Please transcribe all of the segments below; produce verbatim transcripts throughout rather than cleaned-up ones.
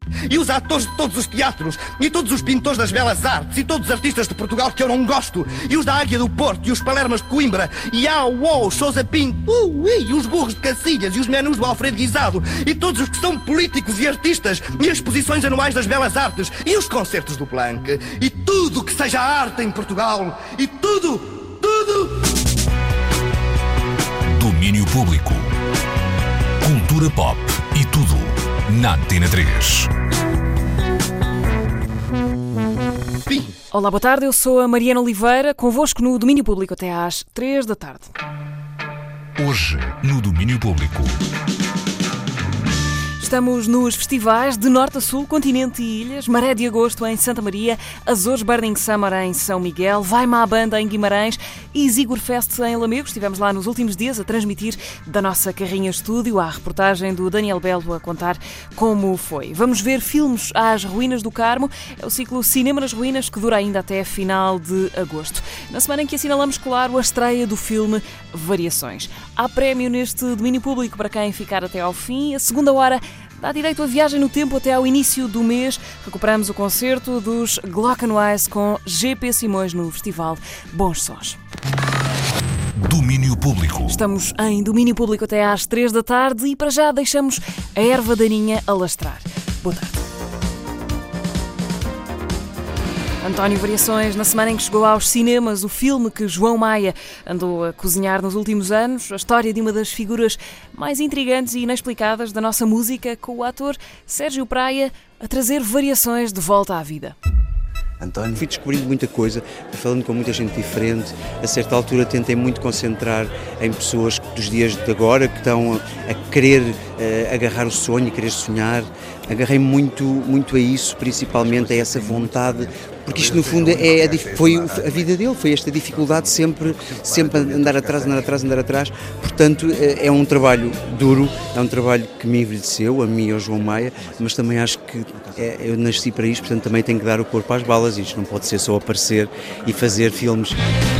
E os atores de todos os teatros, e todos os pintores das belas artes, e todos os artistas de Portugal que eu não gosto, e os da Águia do Porto, e os Palermas de Coimbra, e a uou, Sousa Pinto, uh, e os burros de Cacilhas, e os menus do Alfredo Guisado, e todos os que são políticos e artistas, e as exposições anuais das belas artes, e os concertos do Planck, e tudo que seja arte em Portugal, e tudo, tudo... Domínio Público. Cultura pop e tudo na Antena três. Fim. Olá, boa tarde, eu sou a Mariana Oliveira, convosco no Domínio Público até às três da tarde. Hoje, no Domínio Público. Estamos nos festivais de Norte a Sul, Continente e Ilhas, Maré de Agosto em Santa Maria, Azores Burning Summer em São Miguel, Vai-me à Banda em Guimarães e Zigor Fest em Lamego. Estivemos lá nos últimos dias a transmitir da nossa carrinha estúdio, a reportagem do Daniel Belo a contar como foi. Vamos ver filmes às Ruínas do Carmo, é o ciclo Cinema nas Ruínas que dura ainda até final de agosto. Na semana em que assinalamos, claro, a estreia do filme Variações. Há prémio neste domínio público para quem ficar até ao fim. A segunda hora dá direito a viagem no tempo até ao início do mês. Recuperamos o concerto dos Glockenwise com G P Simões no festival Bons Sons. Domínio Público. Estamos em Domínio Público até às três da tarde e para já deixamos a erva daninha alastrar. Boa tarde. António Variações, na semana em que chegou aos cinemas o filme que João Maia andou a cozinhar nos últimos anos, a história de uma das figuras mais intrigantes e inexplicadas da nossa música, com o ator Sérgio Praia a trazer variações de volta à vida. António, fui descobrindo muita coisa, fui falando com muita gente diferente. A certa altura tentei muito concentrar em pessoas dos dias de agora que estão a querer uh, agarrar o sonho, a querer sonhar. Agarrei muito, muito a isso, principalmente a essa vontade, porque isto no fundo é a, foi a vida dele, foi esta dificuldade sempre, sempre andar atrás, andar atrás, andar atrás. Portanto, é um trabalho duro, é um trabalho que me envelheceu, a mim e ao João Maia, mas também acho que é, eu nasci para isto, portanto também tenho que dar o corpo às balas. Isto não pode ser só aparecer e fazer filmes.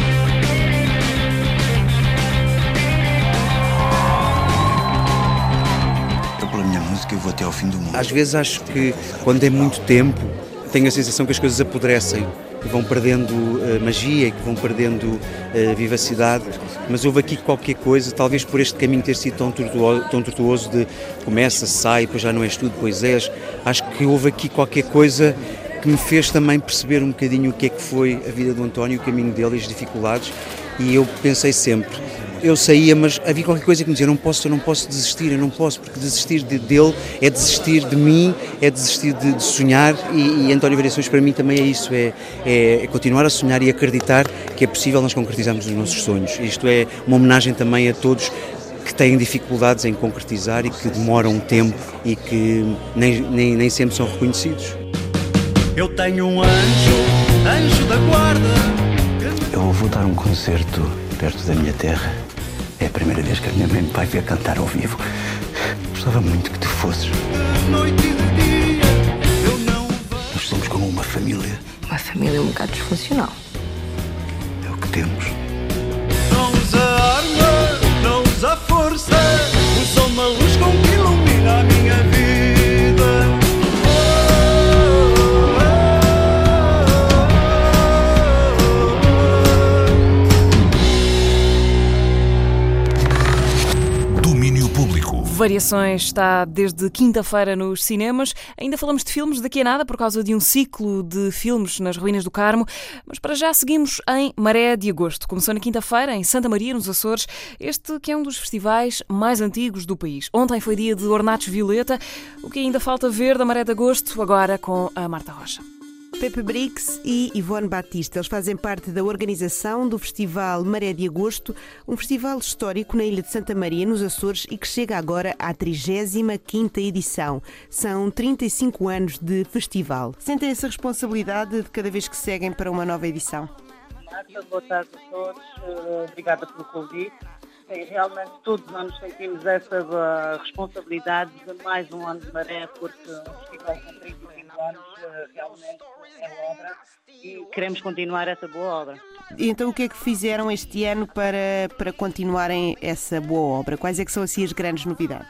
Eu vou até ao fim do mundo. Às vezes acho que quando é muito tempo tenho a sensação que as coisas apodrecem, que vão perdendo uh, magia, que vão perdendo uh, vivacidade, mas houve aqui qualquer coisa, talvez por este caminho ter sido tão tortuoso, tão tortuoso de começa, sai, depois já não és tudo, depois és. Acho que houve aqui qualquer coisa que me fez também perceber um bocadinho o que é que foi a vida do António, o caminho dele e as dificuldades, e eu pensei sempre, eu saía, mas havia qualquer coisa que me dizia, eu não posso, eu não posso desistir, eu não posso, porque desistir de, dele é desistir de mim, é desistir de, de sonhar, e, e António Variações para mim também é isso, é, é, é continuar a sonhar e acreditar que é possível nós concretizarmos os nossos sonhos. Isto é uma homenagem também a todos que têm dificuldades em concretizar e que demoram um tempo e que nem, nem, nem sempre são reconhecidos. Eu tenho um anjo, anjo da guarda. Eu vou dar um concerto perto da minha terra. É a primeira vez que a minha mãe me vai ver cantar ao vivo. Gostava muito que tu fosses. Noite e de dia, eu não vou. Nós somos como uma família. Uma família um bocado disfuncional. É o que temos. Não usa arma, não usa força. Usa uma luz com que ilumina a minha vida. Variações está desde quinta-feira nos cinemas. Ainda falamos de filmes daqui a nada por causa de um ciclo de filmes nas Ruínas do Carmo, mas para já seguimos em Maré de Agosto. Começou na quinta-feira em Santa Maria, nos Açores, este que é um dos festivais mais antigos do país. Ontem foi dia de Ornatos Violeta, o que ainda falta ver da Maré de Agosto, agora com a Marta Rocha. Pepe Brix e Ivone Batista, eles fazem parte da organização do Festival Maré de Agosto, um festival histórico na ilha de Santa Maria, nos Açores, e que chega agora à trigésima quinta edição. São trinta e cinco anos de festival. Sentem essa responsabilidade de cada vez que seguem para uma nova edição? Marta, boa tarde a todos, obrigada pelo convite. Sim, realmente todos os anos sentimos essa uh, responsabilidade de mais um ano de Maré, porque o festival com trinta e cinco anos uh, realmente é obra e queremos continuar essa boa obra. E então o que é que fizeram este ano para, para continuarem essa boa obra? Quais é que são assim as grandes novidades?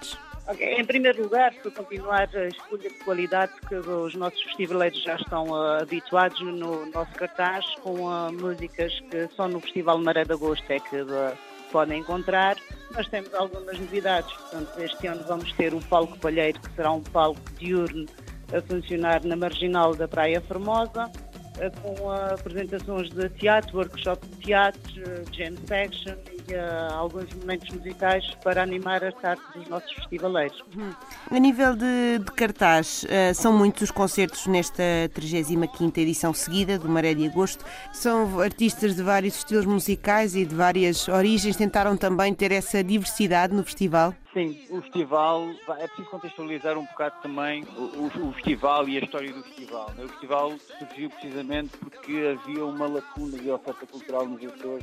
Okay. Em primeiro lugar, para continuar a escolha de qualidade que os nossos festivaleiros já estão uh, habituados no nosso cartaz, com uh, músicas que só no Festival Maré de Agosto é que uh, podem encontrar. Nós temos algumas novidades. Portanto, este ano vamos ter o Palco Palheiro, que será um palco diurno a funcionar na marginal da Praia Formosa, com apresentações de teatro, workshop de teatro, jam section e uh, alguns momentos musicais para animar as tardes dos nossos festivaleiros. Uhum. A nível de, de cartaz, uh, são muitos os concertos nesta trigésima quinta edição seguida do Maré de Agosto. São artistas de vários estilos musicais e de várias origens. Tentaram também ter essa diversidade no festival? Sim, o festival, é preciso contextualizar um bocado também o, o, o festival e a história do festival. O festival surgiu precisamente porque havia uma lacuna de oferta cultural nos Açores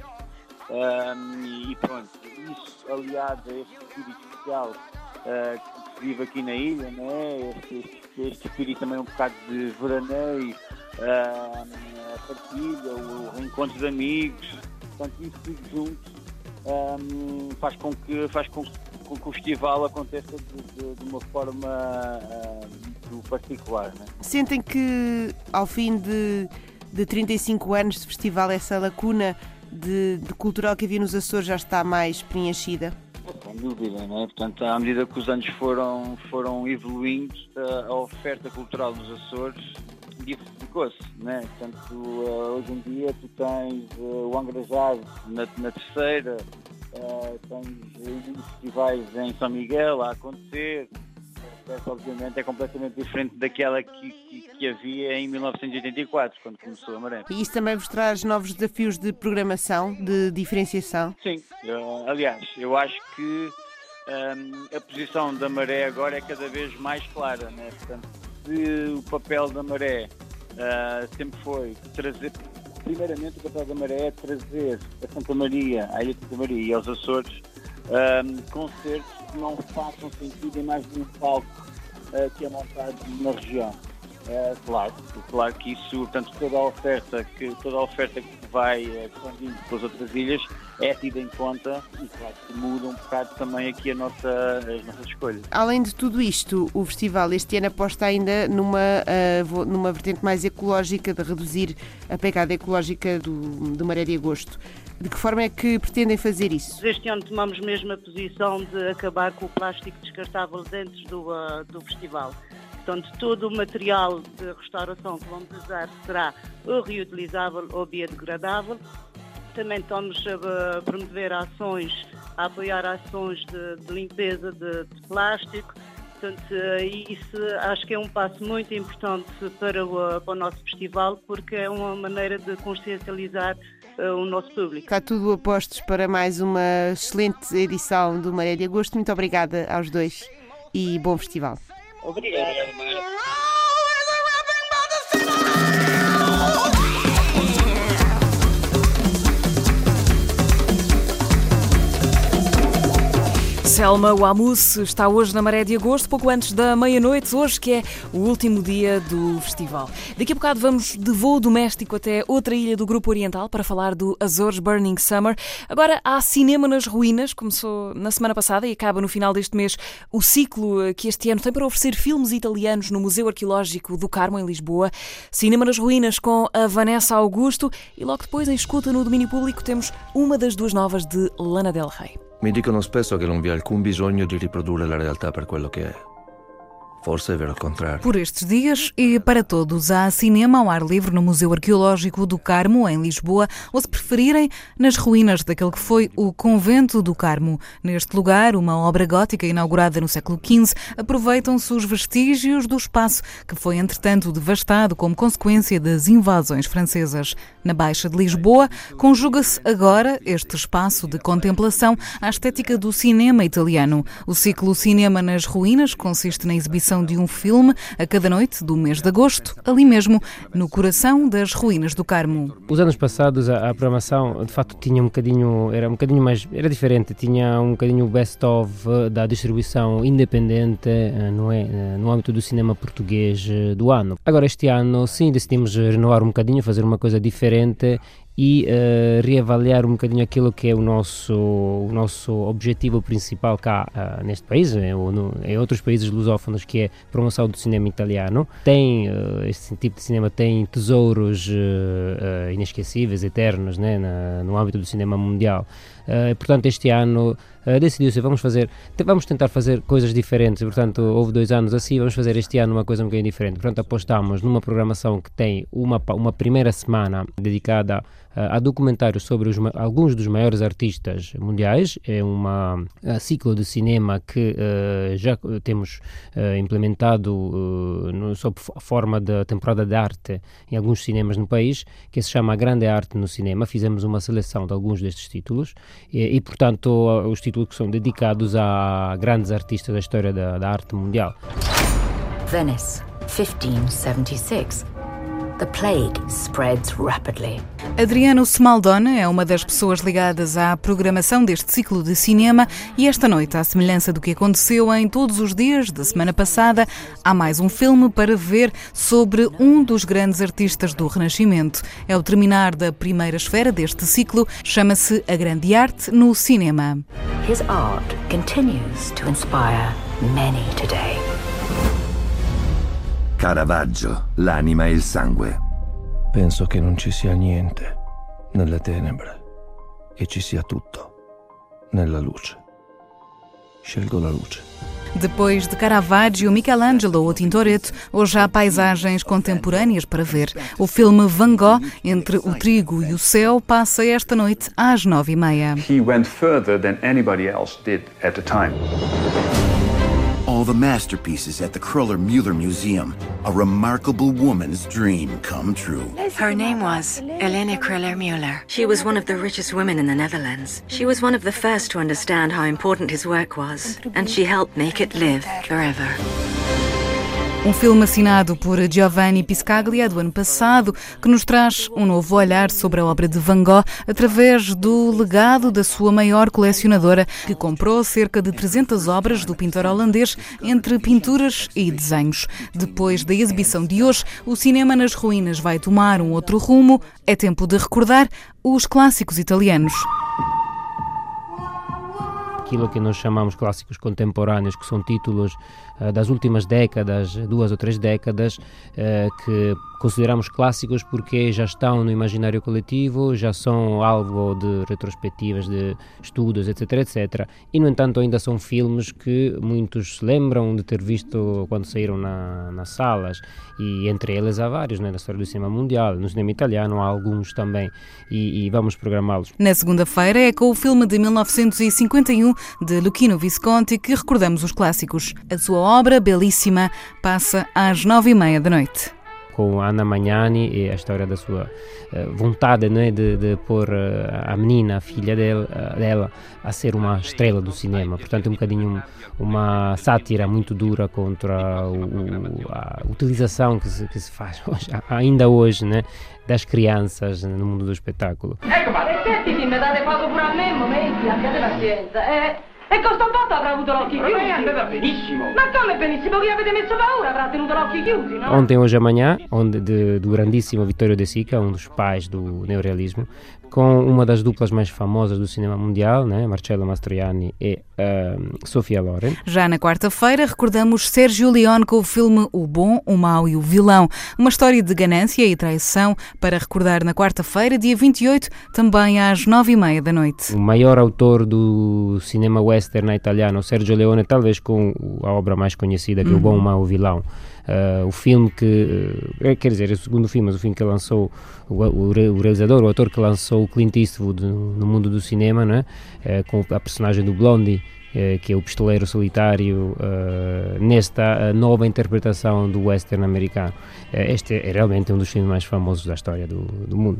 um, e pronto, isso aliado a este espírito especial uh, que se vive aqui na ilha, né? este, este, este espírito também um bocado de veraneio, uh, a partilha, o reencontro de amigos, portanto isso tudo junto um, faz com que faz com que com que o festival aconteça de, de, de uma forma uh, muito particular. Né? Sentem que ao fim de, de trinta e cinco anos de festival essa lacuna de, de cultural que havia nos Açores já está mais preenchida? Sem dúvida, né? Portanto, à medida que os anos foram, foram evoluindo, a, a oferta cultural nos Açores diversificou-se, né? Portanto, uh, hoje em dia tu tens uh, o Angrajado na, na terceira, Uh, tens inúmeros festivais em São Miguel a acontecer. Uh, obviamente é completamente diferente daquela que, que, que havia em mil novecentos e oitenta e quatro, quando começou a Maré. E isso também vos traz novos desafios de programação, de diferenciação? Sim, uh, aliás, eu acho que um, a posição da Maré agora é cada vez mais clara, né? Portanto, se o papel da Maré uh, sempre foi trazer. Primeiramente, o papel da Maré é trazer a Santa Maria, à Ilha de Santa Maria e aos Açores um, concertos que não façam sentido em mais de um palco uh, que é montado na região. Uh, claro, claro que isso, portanto, toda a oferta que, toda a oferta que vai expandindo pelas outras ilhas é tida em conta e, claro, que muda um bocado também aqui a nossa, as nossas escolhas. Além de tudo isto, o festival este ano aposta ainda numa, uh, numa vertente mais ecológica, de reduzir a pegada ecológica do, do Maré de Agosto. De que forma é que pretendem fazer isso? Este ano tomamos mesmo a posição de acabar com o plástico descartável dentro do, uh, do festival. Portanto, todo o material de restauração que vamos usar será ou reutilizável ou biodegradável. Também estamos a promover ações, a apoiar ações de, de limpeza de, de plástico. Portanto, isso acho que é um passo muito importante para o, para o nosso festival, porque é uma maneira de consciencializar uh, o nosso público. Está tudo a postos para mais uma excelente edição do Maré de Agosto. Muito obrigada aos dois e bom festival. Obrigada. Selma Wamous está hoje na Maré de Agosto, pouco antes da meia-noite, hoje que é o último dia do festival. Daqui a bocado vamos de voo doméstico até outra ilha do Grupo Oriental para falar do Azores Burning Summer. Agora há Cinema nas Ruínas, começou na semana passada e acaba no final deste mês o ciclo que este ano tem para oferecer filmes italianos no Museu Arqueológico do Carmo, em Lisboa. Cinema nas Ruínas com a Vanessa Augusto e logo depois, em escuta no domínio público, temos uma das duas novas de Lana Del Rey. Mi dicono spesso che non vi è alcun bisogno di riprodurre la realtà per quello che è. Forse è vero il contrario. Por estes dias e para todos, há cinema ao ar livre no Museu Arqueológico do Carmo, em Lisboa, ou, se preferirem, nas ruínas daquele que foi o Convento do Carmo. Neste lugar, uma obra gótica inaugurada no século quinze, aproveitam-se os vestígios do espaço que foi, entretanto, devastado como consequência das invasões francesas. Na Baixa de Lisboa, conjuga-se agora este espaço de contemplação à estética do cinema italiano. O ciclo Cinema nas Ruínas consiste na exibição de um filme a cada noite do mês de agosto, ali mesmo, no coração das ruínas do Carmo. Os anos passados a, a programação de facto tinha um bocadinho, era um bocadinho mais, era diferente, tinha um bocadinho o best-of da distribuição independente não é, no âmbito do cinema português do ano. Agora este ano sim decidimos renovar um bocadinho, fazer uma coisa diferente e uh, reavaliar um bocadinho aquilo que é o nosso, o nosso objetivo principal cá uh, neste país, né, ou no, em outros países lusófonos, que é a promoção do cinema italiano. Tem, uh, este tipo de cinema tem tesouros uh, uh, inesquecíveis, eternos, né, na, no âmbito do cinema mundial. Uh, portanto, este ano uh, decidiu-se, vamos fazer, vamos tentar fazer coisas diferentes. Portanto, houve dois anos assim, vamos fazer este ano uma coisa um bocadinho diferente. Portanto, apostamos numa programação que tem uma, uma primeira semana dedicada a documentários sobre os, alguns dos maiores artistas mundiais. É uma a ciclo de cinema que uh, já temos uh, implementado uh, no, sob forma da temporada de arte em alguns cinemas no país, que se chama Grande Arte no Cinema. Fizemos uma seleção de alguns destes títulos e, e portanto, os títulos que são dedicados a grandes artistas da história da, da arte mundial. Venice, fifteen seventy-six. The plague spreads rapidly. Adriano Smaldone é uma das pessoas ligadas à programação deste ciclo de cinema e esta noite, à semelhança do que aconteceu em todos os dias da semana passada, há mais um filme para ver sobre um dos grandes artistas do Renascimento. É o terminar da primeira esfera deste ciclo, chama-se A Grande Arte no Cinema. His art continues to inspire many today. Caravaggio, l'anima e il sangue. Penso che non ci sia niente nelle tenebre e ci sia tutto nella luce. Scelgo la luce. Depois de Caravaggio, Michelangelo ou Tintoretto, hoje há paisagens contemporâneas para ver. O filme Van Gogh, Entre o Trigo e o Céu, passa esta noite às nove e meia. He went further than anybody else did at the time. All the masterpieces at the Kröller-Müller Museum. A remarkable woman's dream come true. Her name was Helene Kröller-Müller. She was one of the richest women in the Netherlands. She was one of the first to understand how important his work was, and she helped make it live forever. Um filme assinado por Giovanni Piscaglia, do ano passado, que nos traz um novo olhar sobre a obra de Van Gogh através do legado da sua maior colecionadora, que comprou cerca de trezentas obras do pintor holandês, entre pinturas e desenhos. Depois da exibição de hoje, o cinema nas ruínas vai tomar um outro rumo. É tempo de recordar os clássicos italianos. Aquilo que nós chamamos clássicos contemporâneos, que são títulos uh, das últimas décadas, duas ou três décadas, uh, que consideramos clássicos porque já estão no imaginário coletivo, já são alvo de retrospectivas, de estudos, etc, etcétera. E, no entanto, ainda são filmes que muitos se lembram de ter visto quando saíram na, nas salas, e entre eles há vários, né, da história do cinema mundial. No cinema italiano há alguns também, e, e vamos programá-los. Na segunda-feira é com o filme de mil novecentos e cinquenta e um de Luchino Visconti que recordamos os clássicos. A sua obra, belíssima, passa às nove e meia da noite. Com Anna Magnani e a história da sua uh, vontade, né, de, de pôr uh, a menina, a filha dela, uh, dela, a ser uma estrela do cinema. Portanto, é um bocadinho uma sátira muito dura contra o, o, a utilização que se, que se faz hoje, ainda hoje, né, das crianças no mundo do espetáculo. Ecco, ma sentiti, mi date foto pure a me, momenti, abbiate pazienza. Eh, e con sto botto avrà avuto l'occhio chiusi. Ma è andata benissimo. Ma come benissimo? Che avete messo paura, avrà tenuto l'occhio chiusi, no? Ontem, hoje, amanhã, onde de, do grandíssimo Vittorio De Sica, um dos pais do neorrealismo, com uma das duplas mais famosas do cinema mundial, né, Marcello Mastroianni e uh, Sofia Loren. Já na quarta-feira recordamos Sergio Leone com o filme O Bom, o Mau e o Vilão. Uma história de ganância e traição para recordar na quarta-feira, dia vinte e oito, também às nove e meia da noite. O maior autor do cinema western italiano, Sergio Leone, talvez com a obra mais conhecida, que é O Bom, o Mau e o Vilão. Uh, o filme que, uh, quer dizer, é o segundo filme, mas o filme que lançou o, o, o realizador, o ator que lançou o Clint Eastwood no, no mundo do cinema, né? Uh, com a personagem do Blondie, uh, que é o pistoleiro solitário, uh, nesta uh, nova interpretação do western americano. Uh, este é realmente um dos filmes mais famosos da história do, do mundo.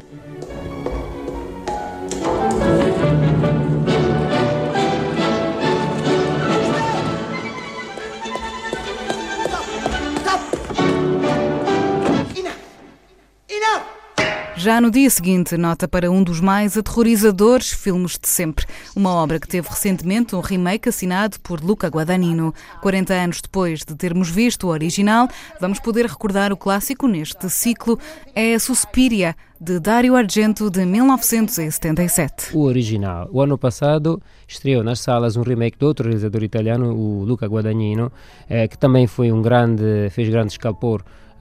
Já no dia seguinte, nota para um dos mais aterrorizadores filmes de sempre. Uma obra que teve recentemente um remake assinado por Luca Guadagnino. quarenta anos depois de termos visto o original, vamos poder recordar o clássico neste ciclo. É Suspiria, de Dario Argento, de mil novecentos e setenta e sete. O original. O ano passado estreou nas salas um remake de outro realizador italiano, o Luca Guadagnino, eh, que também foi um grande, fez grande escalpor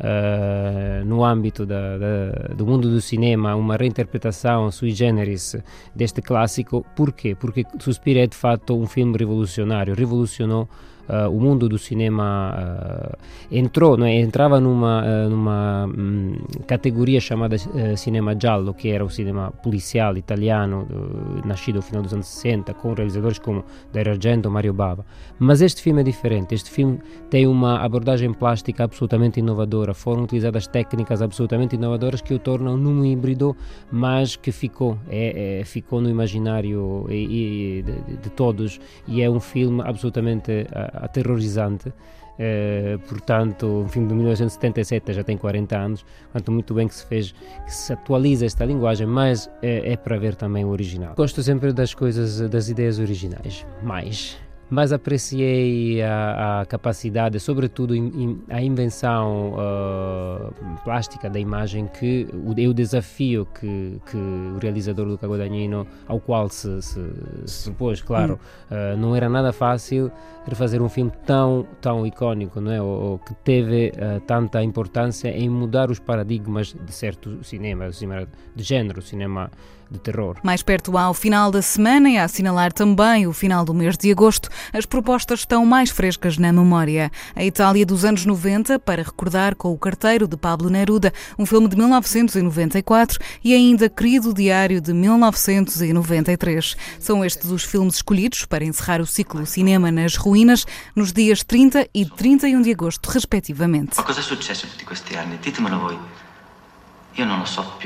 Uh, no âmbito da, da, do mundo do cinema, uma reinterpretação sui generis deste clássico. Porquê? Porque Suspiria é de fato um filme revolucionário, revolucionou Uh, o mundo do cinema, uh, entrou, não é? entrava numa, uh, numa um, categoria chamada uh, cinema giallo, que era o cinema policial italiano, uh, nascido no final dos anos sessenta, com realizadores como Dario Argento, Mario Bava. Mas este filme é diferente, este filme tem uma abordagem plástica absolutamente inovadora, foram utilizadas técnicas absolutamente inovadoras que o tornam num híbrido, mas que ficou, é, é, ficou no imaginário e, e de, de todos, e é um filme absolutamente uh, aterrorizante, eh, portanto, um filme de mil novecentos e setenta e sete, já tem quarenta anos, portanto muito bem que se fez, que se atualiza esta linguagem, mas é, é para ver também o original. Gosto sempre das coisas, das ideias originais, mais... mas apreciei a, a capacidade, sobretudo in, in, a invenção uh, plástica da imagem, que o, é o desafio que, que o realizador Luca Guadagnino, ao qual se, se, se propôs, claro, uh, não era nada fácil refazer um filme tão, tão icónico, não é? ou, ou que teve uh, tanta importância em mudar os paradigmas de certo cinema, o cinema de género, o cinema de terror. Mais perto ao final da semana e a assinalar também o final do mês de agosto, as propostas estão mais frescas na memória. A Itália dos anos noventa, para recordar, com O Carteiro, de Pablo Neruda, um filme de mil novecentos e noventa e quatro, e ainda Querido Diário, de mil novecentos e noventa e três. São estes os filmes escolhidos para encerrar o ciclo Cinema nas Ruínas, nos dias trinta e trinta e um de agosto, respectivamente. Ma cosa è successo tutti questi anni? Ditemelo voi. Io non lo so più.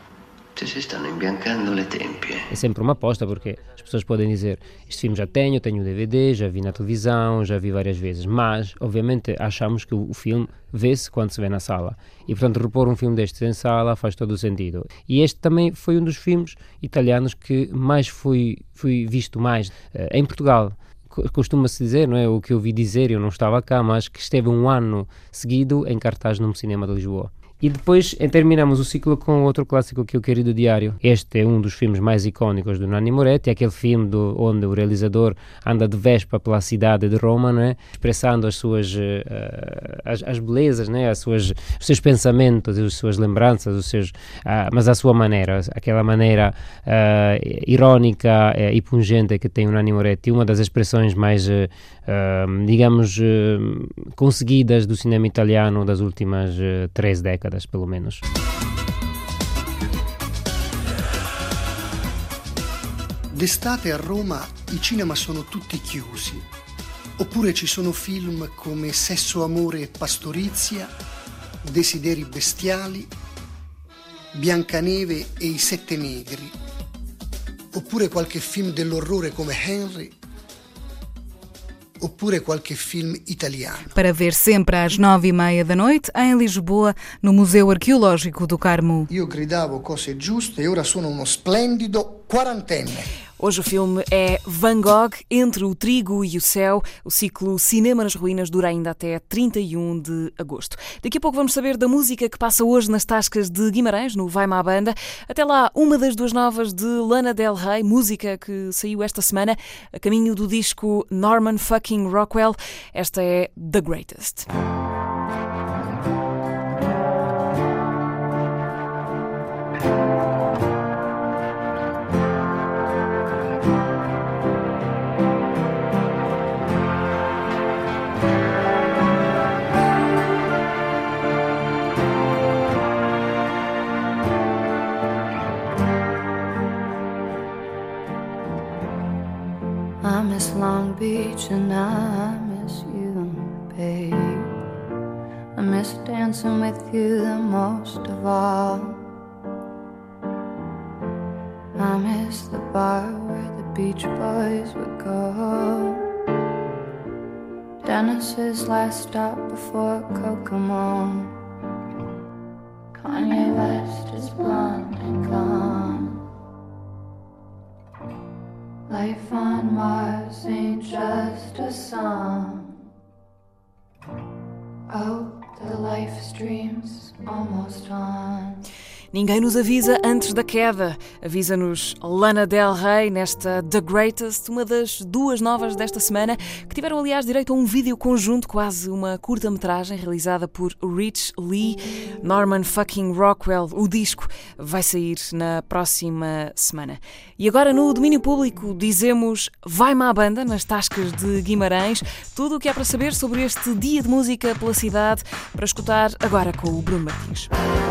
Si stanno imbiancando le tempie. É sempre uma aposta, porque as pessoas podem dizer: este filme já tenho, tenho o D V D, já vi na televisão, já vi várias vezes, mas obviamente achamos que o filme vê-se quando se vê na sala, e portanto repor um filme destes em sala faz todo o sentido. E este também foi um dos filmes italianos que mais foi, foi visto mais uh, em Portugal. Costuma-se dizer, não é, o que eu ouvi dizer, eu não estava cá, mas que esteve um ano seguido em cartaz num cinema de Lisboa. E depois terminamos o ciclo com outro clássico, que é o Querido Diário. Este é um dos filmes mais icónicos do Nanni Moretti, é aquele filme do, onde o realizador anda de Vespa pela cidade de Roma, não é? Expressando as suas uh, as, as belezas, não é? as suas, os seus pensamentos, as suas lembranças, os seus, uh, mas à sua maneira, aquela maneira uh, irónica uh, e pungente que tem o Nanni Moretti, uma das expressões mais, uh, uh, digamos, uh, conseguidas do cinema italiano das últimas uh, três décadas. Pelo menos. D'estate a Roma i cinema sono tutti chiusi, oppure ci sono film come Sesso, amore e pastorizia, Desideri bestiali, Biancaneve e i sette negri, oppure qualche film dell'orrore come Henry, oppure qualche film italiano. Para ver sempre às nove e meia da noite, em Lisboa, no Museu Arqueológico do Carmo. Io gridavo cose giuste e ora sono uno splendido quarantenne. Hoje o filme é Van Gogh, Entre o Trigo e o Céu. O ciclo Cinema nas Ruínas dura ainda até trinta e um de agosto. Daqui a pouco vamos saber da música que passa hoje nas tascas de Guimarães, no Vai-me à Banda. Até lá, uma das duas novas de Lana Del Rey, música que saiu esta semana, a caminho do disco Norman fucking Rockwell. Esta é The Greatest. I miss Long Beach and I miss you, babe. I miss dancing with you the most of all. I miss the bar where the Beach Boys would go. Dennis's last stop before Kokomo. Kanye West is blonde and gone. Life on Mars ain't just a song. Oh, the life stream's almost on. Ninguém nos avisa antes da queda. Avisa-nos Lana Del Rey nesta The Greatest, uma das duas novas desta semana, que tiveram, aliás, direito a um vídeo conjunto, quase uma curta-metragem, realizada por Rich Lee. Norman fucking Rockwell, o disco, vai sair na próxima semana. E agora, no domínio público, dizemos vai-me à banda, nas Tascas de Guimarães. Tudo o que há para saber sobre este dia de música pela cidade, para escutar agora com o Bruno Martins.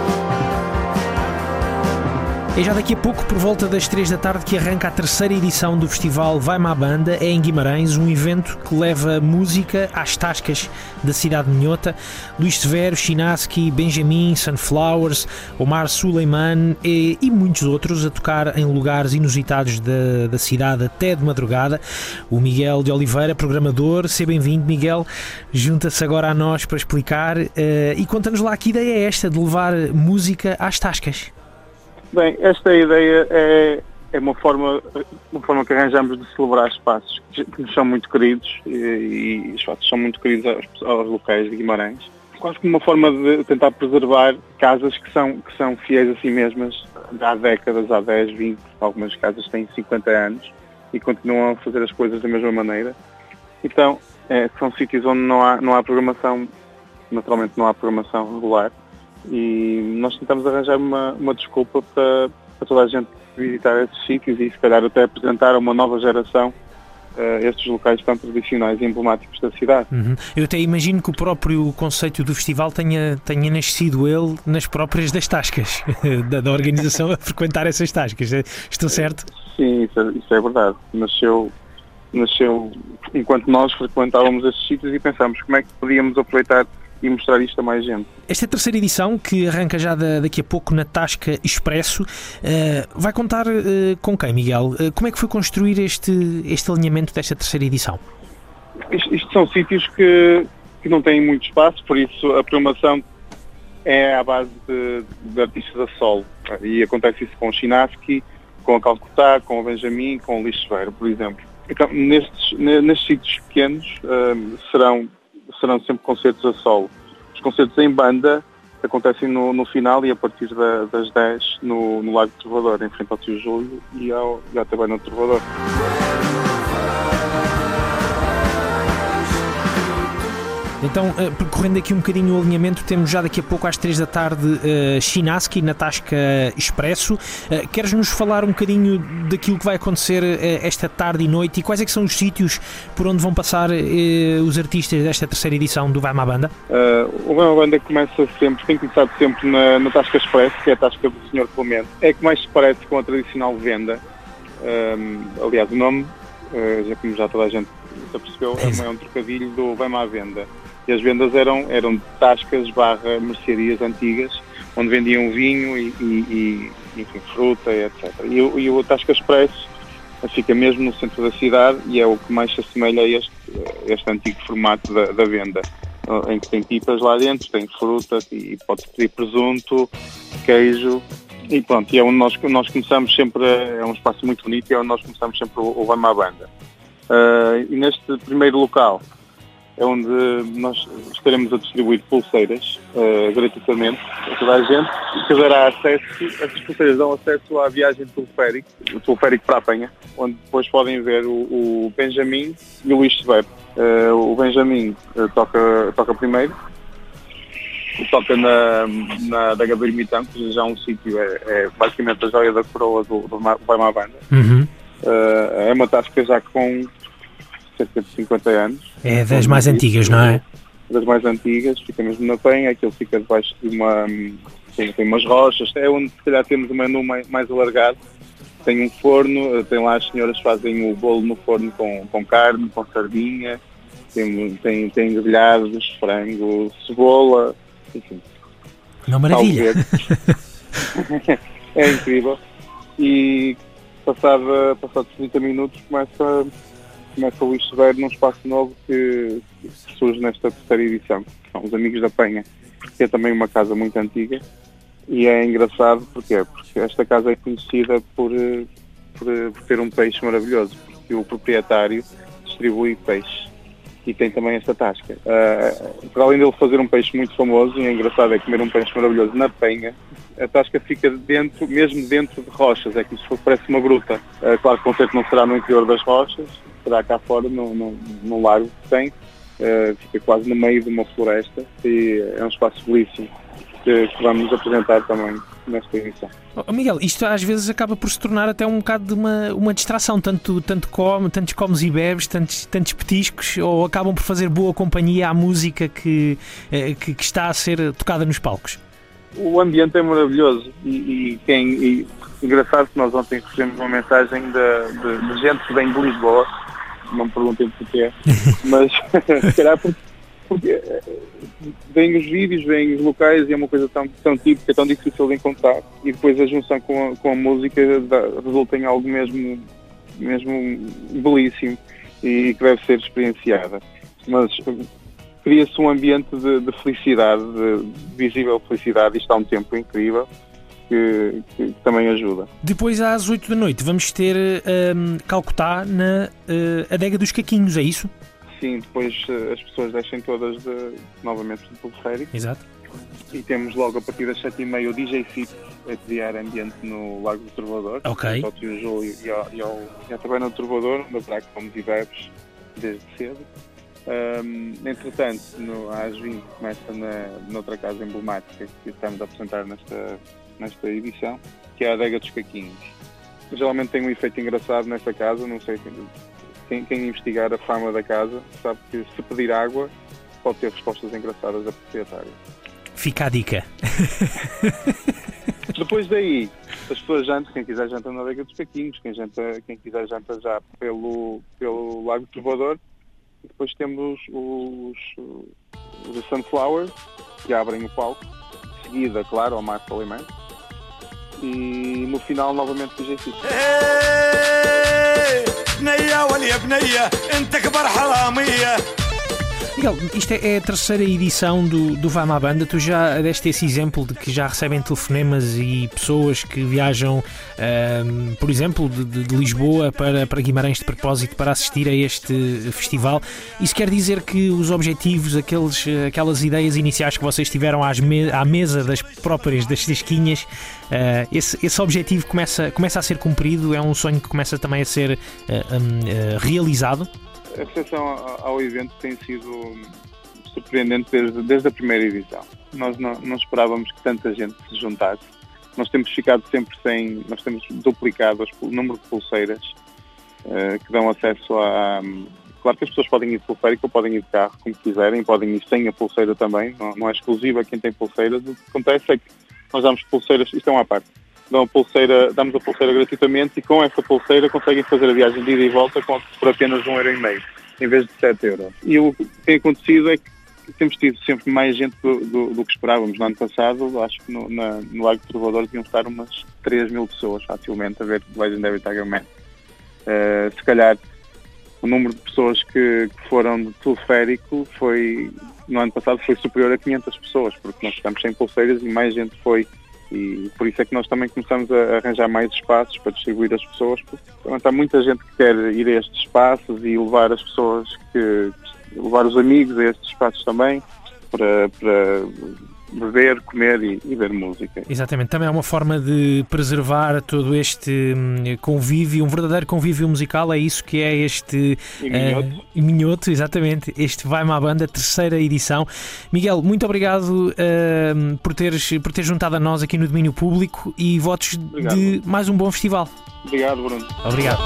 É já daqui a pouco, por volta das três da tarde, que arranca a terceira edição do festival Vai-me à Banda. É em Guimarães, um evento que leva música às tascas da cidade minhota. Luís Severo, Chinaski, Benjamin, Sunflowers, Omar Suleiman e, e muitos outros a tocar em lugares inusitados da, da cidade até de madrugada. O Miguel de Oliveira, programador, seja bem-vindo, Miguel. Junta-se agora a nós para explicar uh, e conta-nos lá que ideia é esta de levar música às tascas. Bem, esta ideia é, é uma, forma, uma forma que arranjamos de celebrar espaços que nos são muito queridos e, e os espaços são muito queridos aos, aos locais de Guimarães. Quase como uma forma de tentar preservar casas que são, que são fiéis a si mesmas há décadas, há dez, vinte, algumas casas têm cinquenta anos e continuam a fazer as coisas da mesma maneira. Então, é, são sítios onde não há, não há programação, naturalmente não há programação regular. E nós tentamos arranjar uma, uma desculpa para, para toda a gente visitar esses sítios e se calhar até apresentar a uma nova geração uh, estes locais tão tradicionais e emblemáticos da cidade. Uhum. Eu até imagino que o próprio conceito do festival tenha, tenha nascido ele nas próprias das tascas, da, da organização a frequentar essas tascas. Estou certo? Sim, isso é, isso é verdade. Nasceu, nasceu enquanto nós frequentávamos esses sítios e pensámos como é que podíamos aproveitar e mostrar isto a mais gente. Esta terceira edição, que arranca já da, daqui a pouco na Tasca Expresso, uh, vai contar uh, com quem, Miguel? Uh, como é que foi construir este, este alinhamento desta terceira edição? Isto, isto são sítios que, que não têm muito espaço, por isso a programação é à base de, de artistas a solo. E acontece isso com o Chinaski, com a Calcutá, com o Benjamin, com o Luís Severo, por exemplo. Então, nestes, nestes sítios pequenos uh, serão serão sempre concertos a solo. Os concertos em banda acontecem no, no final e a partir da, das dez no, no Lago do Trovador, em frente ao Tio Júlio e ao, e ao Taberna do Trovador. Então, uh, percorrendo aqui um bocadinho o alinhamento, temos já daqui a pouco às três da tarde uh, Chinaski na Tasca Expresso. Uh, queres-nos falar um bocadinho daquilo que vai acontecer uh, esta tarde e noite e quais é que são os sítios por onde vão passar uh, os artistas desta terceira edição do Vai-me à Banda? Uh, o Vai-me à Banda começa sempre, tem começado sempre na, na Tasca Expresso, que é a Tasca do senhor Clemente. É que mais se parece com a tradicional venda. Um, aliás, o nome, uh, já como já toda a gente já percebeu, é, é um trocadilho do Vai-me à Venda. E as vendas eram, eram tascas barra mercearias antigas, onde vendiam vinho e, e, e enfim, fruta, etcétera. E, e o Tasca Expresso fica mesmo no centro da cidade e é o que mais se assemelha a este, este antigo formato da, da venda, em que tem pipas lá dentro, tem fruta e pode pedir presunto, queijo e pronto. E é onde nós, nós começamos sempre, é um espaço muito bonito e é onde nós começamos sempre o, o Vai-me à Banda. Uh, e neste primeiro local é onde nós estaremos a distribuir pulseiras uh, gratuitamente a toda a gente, que dará acesso, essas pulseiras dão acesso à viagem de teleférico, o teleférico para a Penha, onde depois podem ver o, o Benjamin e o Luís Severo. Uh, o Benjamin uh, toca, toca primeiro, toca na, na da Gabriel Mitão, que já é um sítio, é, é basicamente a joia da coroa do, do Vai-me à Banda. Uhum. Uh, é uma tasca já com cerca de cinquenta anos. É das mais antigas, não é? Das mais antigas, fica mesmo na Penha, aquilo fica debaixo de uma... Tem, tem umas rochas, é onde se calhar temos um menu mais, mais alargado. Tem um forno, tem lá as senhoras fazem o bolo no forno com, com carne, com sardinha, tem, tem, tem grelhados, frango, cebola, enfim. Uma maravilha! É incrível. E passado, passados trinta minutos começa... começa o Luís Severo num espaço novo que, que surge nesta terceira edição, que são os Amigos da Penha, que é também uma casa muito antiga, E é engraçado porquê? Porque esta casa é conhecida por, por, por ter um peixe maravilhoso, porque o proprietário distribui peixe e tem também esta tasca. Uh, para além dele fazer um peixe muito famoso, e é engraçado é comer um peixe maravilhoso na penha, a tasca fica dentro, mesmo dentro de rochas, é como se fosse, parece uma gruta. Uh, claro que o concerto não será no interior das rochas, será cá fora, no, no, no lago que tem, uh, fica quase no meio de uma floresta e é um espaço belíssimo que, que vamos apresentar também nesta edição. Oh, Miguel, isto às vezes acaba por se tornar até um bocado de uma, uma distração, tanto, tanto come, tantos comes e bebes, tantos, tantos petiscos, ou acabam por fazer boa companhia à música que, que, que está a ser tocada nos palcos? O ambiente é maravilhoso e, e, quem, e engraçado que nós ontem recebemos uma mensagem de, de, de gente que vem de Lisboa, não me perguntem porquê, mas se calhar porque, porque vêm os vídeos, vêm os locais e é uma coisa tão, tão típica, tão difícil de encontrar, e depois a junção com a, com a música dá, resulta em algo mesmo, mesmo belíssimo e que deve ser experienciada. Mas cria-se um ambiente de, de felicidade, de visível felicidade, e está um tempo incrível que, que, que também ajuda. Depois, às oito da noite, vamos ter um, Calcutá na uh, Adega dos Caquinhos, é isso? Sim, depois uh, as pessoas descem todas de, novamente do teleférico. Exato. E temos logo a partir das sete e meia o D J Fit a criar ambiente no Lago do Trovador. Ok. Ao Tio Júlio e ao, e ao, e ao também no Trovador, onde haverá comes e bebes desde cedo. Um, entretanto, no, às vinte começa na, noutra casa emblemática que estamos a apresentar nesta, nesta edição, que é a Adega dos Caquinhos. Geralmente tem um efeito engraçado nesta casa, não sei, quem, quem investigar a fama da casa sabe que se pedir água pode ter respostas engraçadas da proprietária. Fica a dica. Depois daí, as pessoas jantam, quem quiser janta na Adega dos Caquinhos, quem, janta, quem quiser janta já pelo, pelo Lago Trovador. E depois temos os, os Sunflower, que abrem o palco, seguida, claro, ao Marco Alimento, e no final, novamente, o D J Fit. Miguel, isto é a terceira edição do, do Vai-me à Banda. Tu já deste esse exemplo de que já recebem telefonemas e pessoas que viajam, um, por exemplo, de, de Lisboa para, para Guimarães de propósito para assistir a este festival. Isso quer dizer que os objetivos, aqueles, aquelas ideias iniciais que vocês tiveram às me, à mesa das próprias das tasquinhas, uh, esse, esse objetivo começa, começa a ser cumprido? É um sonho que começa também a ser uh, um, uh, realizado? A recepção ao evento tem sido surpreendente desde, desde a primeira edição. Nós não, não esperávamos que tanta gente se juntasse. Nós temos ficado sempre sem... Nós temos duplicado o número de pulseiras uh, que dão acesso a... Um, claro que as pessoas podem ir de teleférico ou podem ir de carro, como quiserem, podem ir sem a pulseira também. Não, não é exclusivo a quem tem pulseiras. O que acontece é que nós damos pulseiras... Isto é uma parte. Dão a pulseira, damos a pulseira gratuitamente e com essa pulseira conseguem fazer a viagem de ida e volta com, por apenas um euro e meio, em vez de sete euros. E o que tem acontecido é que temos tido sempre mais gente do, do, do que esperávamos. No ano passado, acho que no, na, no Lago do Trovador deviam estar umas três mil pessoas facilmente a ver Legendary Tiger Man. Uh, se calhar o número de pessoas que, que foram de teleférico foi, no ano passado foi superior a quinhentas pessoas, porque nós estamos sem pulseiras e mais gente foi. E por isso é que nós também começamos a arranjar mais espaços para distribuir as pessoas, porque também há muita gente que quer ir a estes espaços e levar as pessoas, que levar os amigos a estes espaços também, para, para beber, comer e, e ver música. Exatamente, também é uma forma de preservar todo este convívio, um verdadeiro convívio musical, é isso que é este e minhoto. Uh, minhoto, exatamente, este Vai-me à Banda, terceira edição. Miguel, muito obrigado uh, por, teres, por teres juntado a nós aqui no Domínio Público e votos obrigado, de Bruno. Mais um bom festival. Obrigado, Bruno. Obrigado.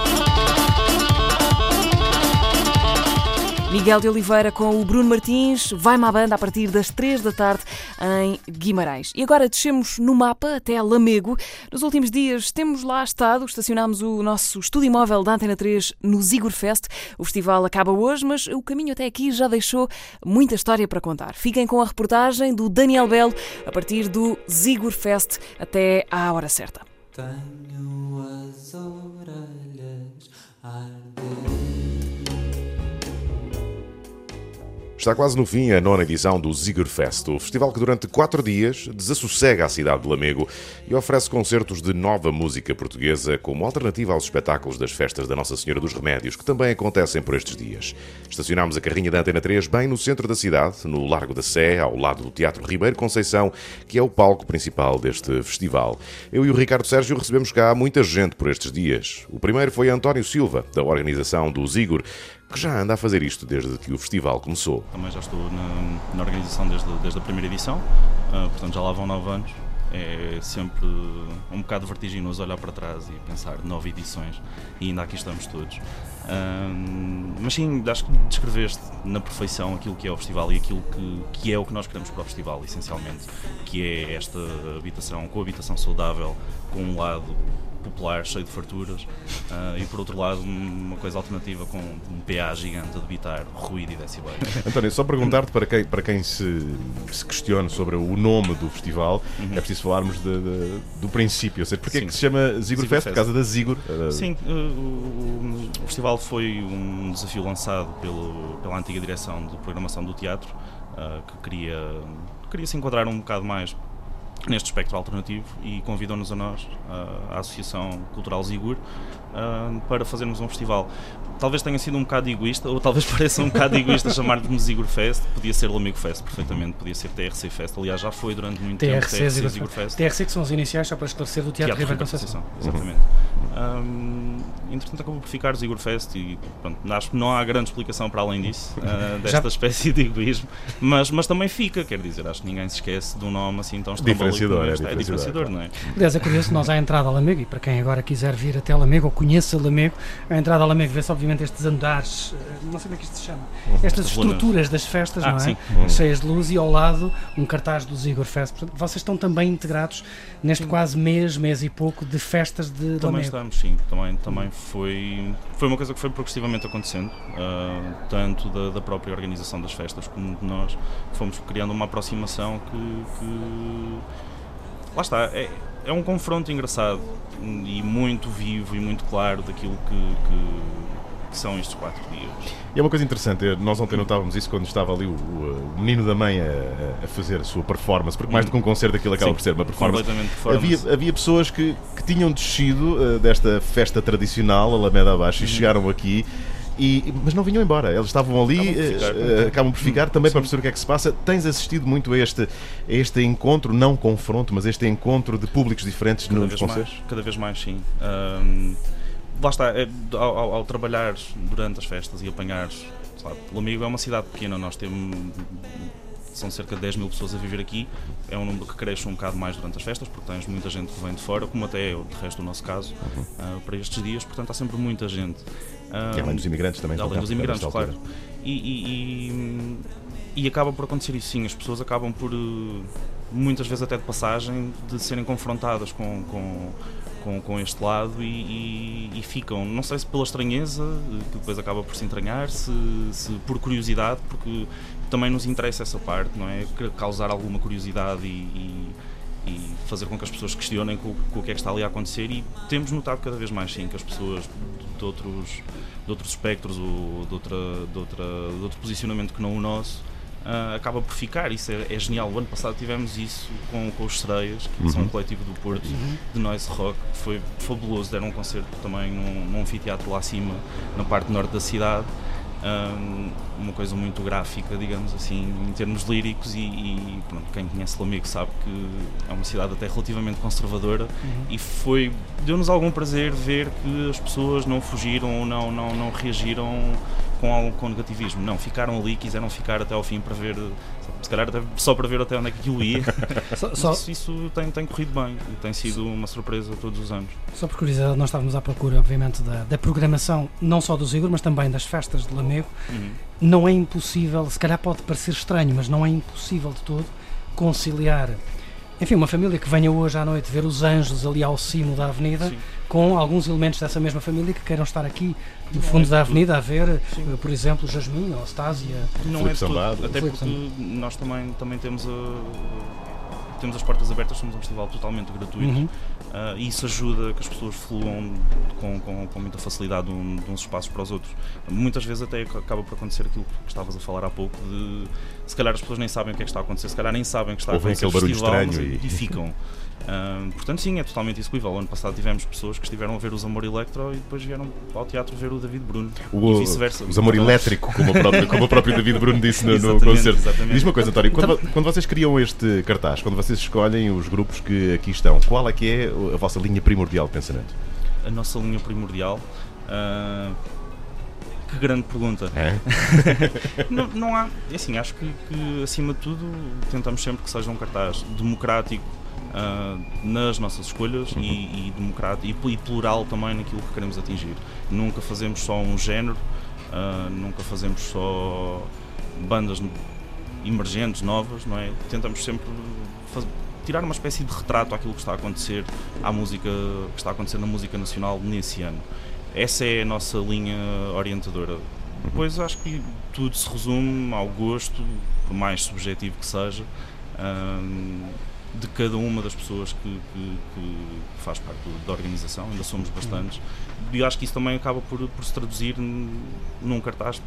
Miguel de Oliveira com o Bruno Martins, Vai-me à Banda a partir das três da tarde em Guimarães. E agora descemos no mapa até Lamego. Nos últimos dias temos lá estado, estacionámos o nosso estúdio móvel da Antena três no Zigurfest. O festival acaba hoje, mas o caminho até aqui já deixou muita história para contar. Fiquem com a reportagem do Daniel Belo a partir do Zigurfest até à hora certa. Tenho as orelhas arder. Está quase no fim a nona edição do Sigurfest, o festival que durante quatro dias desassossega a cidade de Lamego e oferece concertos de nova música portuguesa como alternativa aos espetáculos das festas da Nossa Senhora dos Remédios, que também acontecem por estes dias. Estacionámos a carrinha da Antena três bem no centro da cidade, no Largo da Sé, ao lado do Teatro Ribeiro Conceição, que é o palco principal deste festival. Eu e o Ricardo Sérgio recebemos cá muita gente por estes dias. O primeiro foi António Silva, da organização do Sigur, que já anda a fazer isto desde que o festival começou. Também já estou na, na organização desde, desde a primeira edição, uh, portanto já lá vão nove anos. É sempre um bocado vertiginoso olhar para trás e pensar nove edições e ainda aqui estamos todos. Uh, mas sim, acho que descreveste na perfeição aquilo que é o festival e aquilo que, que é o que nós queremos para o festival, essencialmente, que é esta habitação, coabitação saudável, com um lado popular, cheio de farturas, uh, e por outro lado uma coisa alternativa com um P A gigante a debitar ruído e decibéis. António, só perguntar-te para quem, para quem se, se questione sobre o nome do festival, uhum. é preciso falarmos de, de, do princípio, ou seja, porque é que se chama Sigurfest? Por causa da Sigur? Sim, uh, o, o festival foi um desafio lançado pelo, pela antiga direção de programação do teatro, uh, que queria, queria se enquadrar um bocado mais neste espectro alternativo e convidou-nos a nós, a Associação Cultural Sigur, para fazermos um festival. Talvez tenha sido um bocado egoísta, ou talvez pareça um bocado egoísta chamar-nos Sigur Fest. Podia ser Lamego Fest, perfeitamente, podia ser T R C Fest. Aliás, já foi durante muito T R C, tempo T R C Sigur Fest. T R C que são os iniciais, só para esclarecer, do Teatro, Teatro Ribeiro Conceição. Exatamente. Um, entretanto, acabou por ficar Sigur Fest e pronto, acho que não há grande explicação para além disso, uh, desta já... espécie de egoísmo, mas, mas também fica, quer dizer, acho que ninguém se esquece de um nome assim tão diferenciador, é, é diferenciador, não é? Aliás, é curioso, nós à entrada a Lamego, e para quem agora quiser vir até Lamego ou conheça Lamego, à entrada a Lamego vê-se obviamente estes andares, não sei como é que isto se chama, estas estruturas das festas, ah, não é? Sim. Cheias de luz, e ao lado um cartaz do Sigur Fest. Portanto, vocês estão também integrados neste sim. quase mês, mês e pouco de festas de Lamego. Também estamos, sim. Também, também foi, foi uma coisa que foi progressivamente acontecendo, uh, tanto da, da própria organização das festas como de nós. Fomos criando uma aproximação que... que lá está, é, é um confronto engraçado e muito vivo e muito claro daquilo que, que, que são estes quatro dias. E é uma coisa interessante, nós ontem notávamos isso quando estava ali o, o, o menino da mãe a, a fazer a sua performance, porque mais do que um concerto aquilo acaba sim, por ser uma performance. performance. Havia, havia pessoas que, que tinham descido uh, desta festa tradicional, Alameda Abaixo, uhum. e chegaram aqui. E, mas não vinham embora, eles estavam ali, acabam por ficar, uh, acabam por ficar também sim. para perceber o que é que se passa. Tens assistido muito a este, a este encontro, não confronto, mas este encontro de públicos diferentes cada nos vez concertos? Mais, cada vez mais, sim. Um, lá está, é, ao, ao, ao trabalhar durante as festas e apanhar, Lamego é uma cidade pequena, nós temos, são cerca de dez mil pessoas a viver aqui, é um número que cresce um bocado mais durante as festas, porque tens muita gente que vem de fora, como até é o resto do nosso caso, uhum. uh, para estes dias, portanto há sempre muita gente. Um, e além dos imigrantes também. Além dos imigrantes, claro. E, e, e, e acaba por acontecer isso sim, as pessoas acabam por, muitas vezes até de passagem, de serem confrontadas com, com, com, com este lado e, e, e ficam, não sei se pela estranheza, que depois acaba por se entranhar, se, se por curiosidade, porque também nos interessa essa parte, não é? Causar alguma curiosidade e, e e fazer com que as pessoas questionem com, com o que é que está ali a acontecer, e temos notado cada vez mais sim que as pessoas de outros, de outros espectros ou de, outra, de, outra, de outro posicionamento que não o nosso uh, acaba por ficar. Isso é, é genial. O ano passado tivemos isso com, com os Sereias, que uhum. são um coletivo do Porto, uhum. de noise rock, foi fabuloso. Deram um concerto também num, num anfiteatro lá acima, na parte norte da cidade. Um, uma coisa muito gráfica, digamos assim, em termos líricos, e, e pronto, quem conhece Lamego sabe que é uma cidade até relativamente conservadora, uhum. e foi, deu-nos algum prazer ver que as pessoas não fugiram ou não, não, não reagiram com, com negativismo, não, ficaram ali, quiseram ficar até ao fim para ver, se calhar até só para ver até onde é que aquilo ia. só, só... Isso, isso tem, tem corrido bem e tem sido uma surpresa todos os anos. Só por curiosidade, nós estávamos à procura, obviamente, da, da programação, não só do Sigur, mas também das festas de Lamego. Uhum. Não é impossível, se calhar pode parecer estranho, mas não é impossível de todo conciliar, enfim, uma família que venha hoje à noite ver os Anjos ali ao cimo da avenida, sim. com alguns elementos dessa mesma família que queiram estar aqui no fundo é da avenida a ver, sim. por exemplo, Jasmine ou Astásia. Não é de tudo, até porque nós também, também temos a, temos as portas abertas, somos um festival totalmente gratuito. Uhum. Uh, e isso ajuda que as pessoas fluam com, com, com muita facilidade de, um, de uns espaços para os outros. Muitas vezes até acaba por acontecer aquilo que estavas a falar há pouco, de se calhar as pessoas nem sabem o que é que está a acontecer, se calhar nem sabem o que está a acontecer no festival, mas e... e ficam. Uh, portanto, sim, é totalmente execuível. O ano passado tivemos pessoas que estiveram a ver os Amor Electro e depois vieram ao teatro ver o David Bruno o, e vice-versa. Os Amor Elétrico, como, como o próprio David Bruno disse no, no concerto. Exatamente. Diz-me uma coisa, António, quando, quando vocês criam este cartaz, quando vocês escolhem os grupos que aqui estão, qual é que é a vossa linha primordial de pensamento? A nossa linha primordial? Uh, que grande pergunta. É? não, não há, assim, acho que, que acima de tudo tentamos sempre que seja um cartaz democrático Uh, nas nossas escolhas uhum. e, e democrático e, e plural também naquilo que queremos atingir. Nunca fazemos só um género, uh, nunca fazemos só bandas emergentes, novas, não é? Tentamos sempre faz, tirar uma espécie de retrato àquilo que está a acontecer à música, que está a acontecer na música nacional nesse ano. Essa é a nossa linha orientadora. Depois acho que tudo se resume ao gosto, por mais subjetivo que seja, uh, de cada uma das pessoas que, que, que faz parte da organização. Ainda somos bastantes, e acho que isso também acaba por, por se traduzir num cartaz,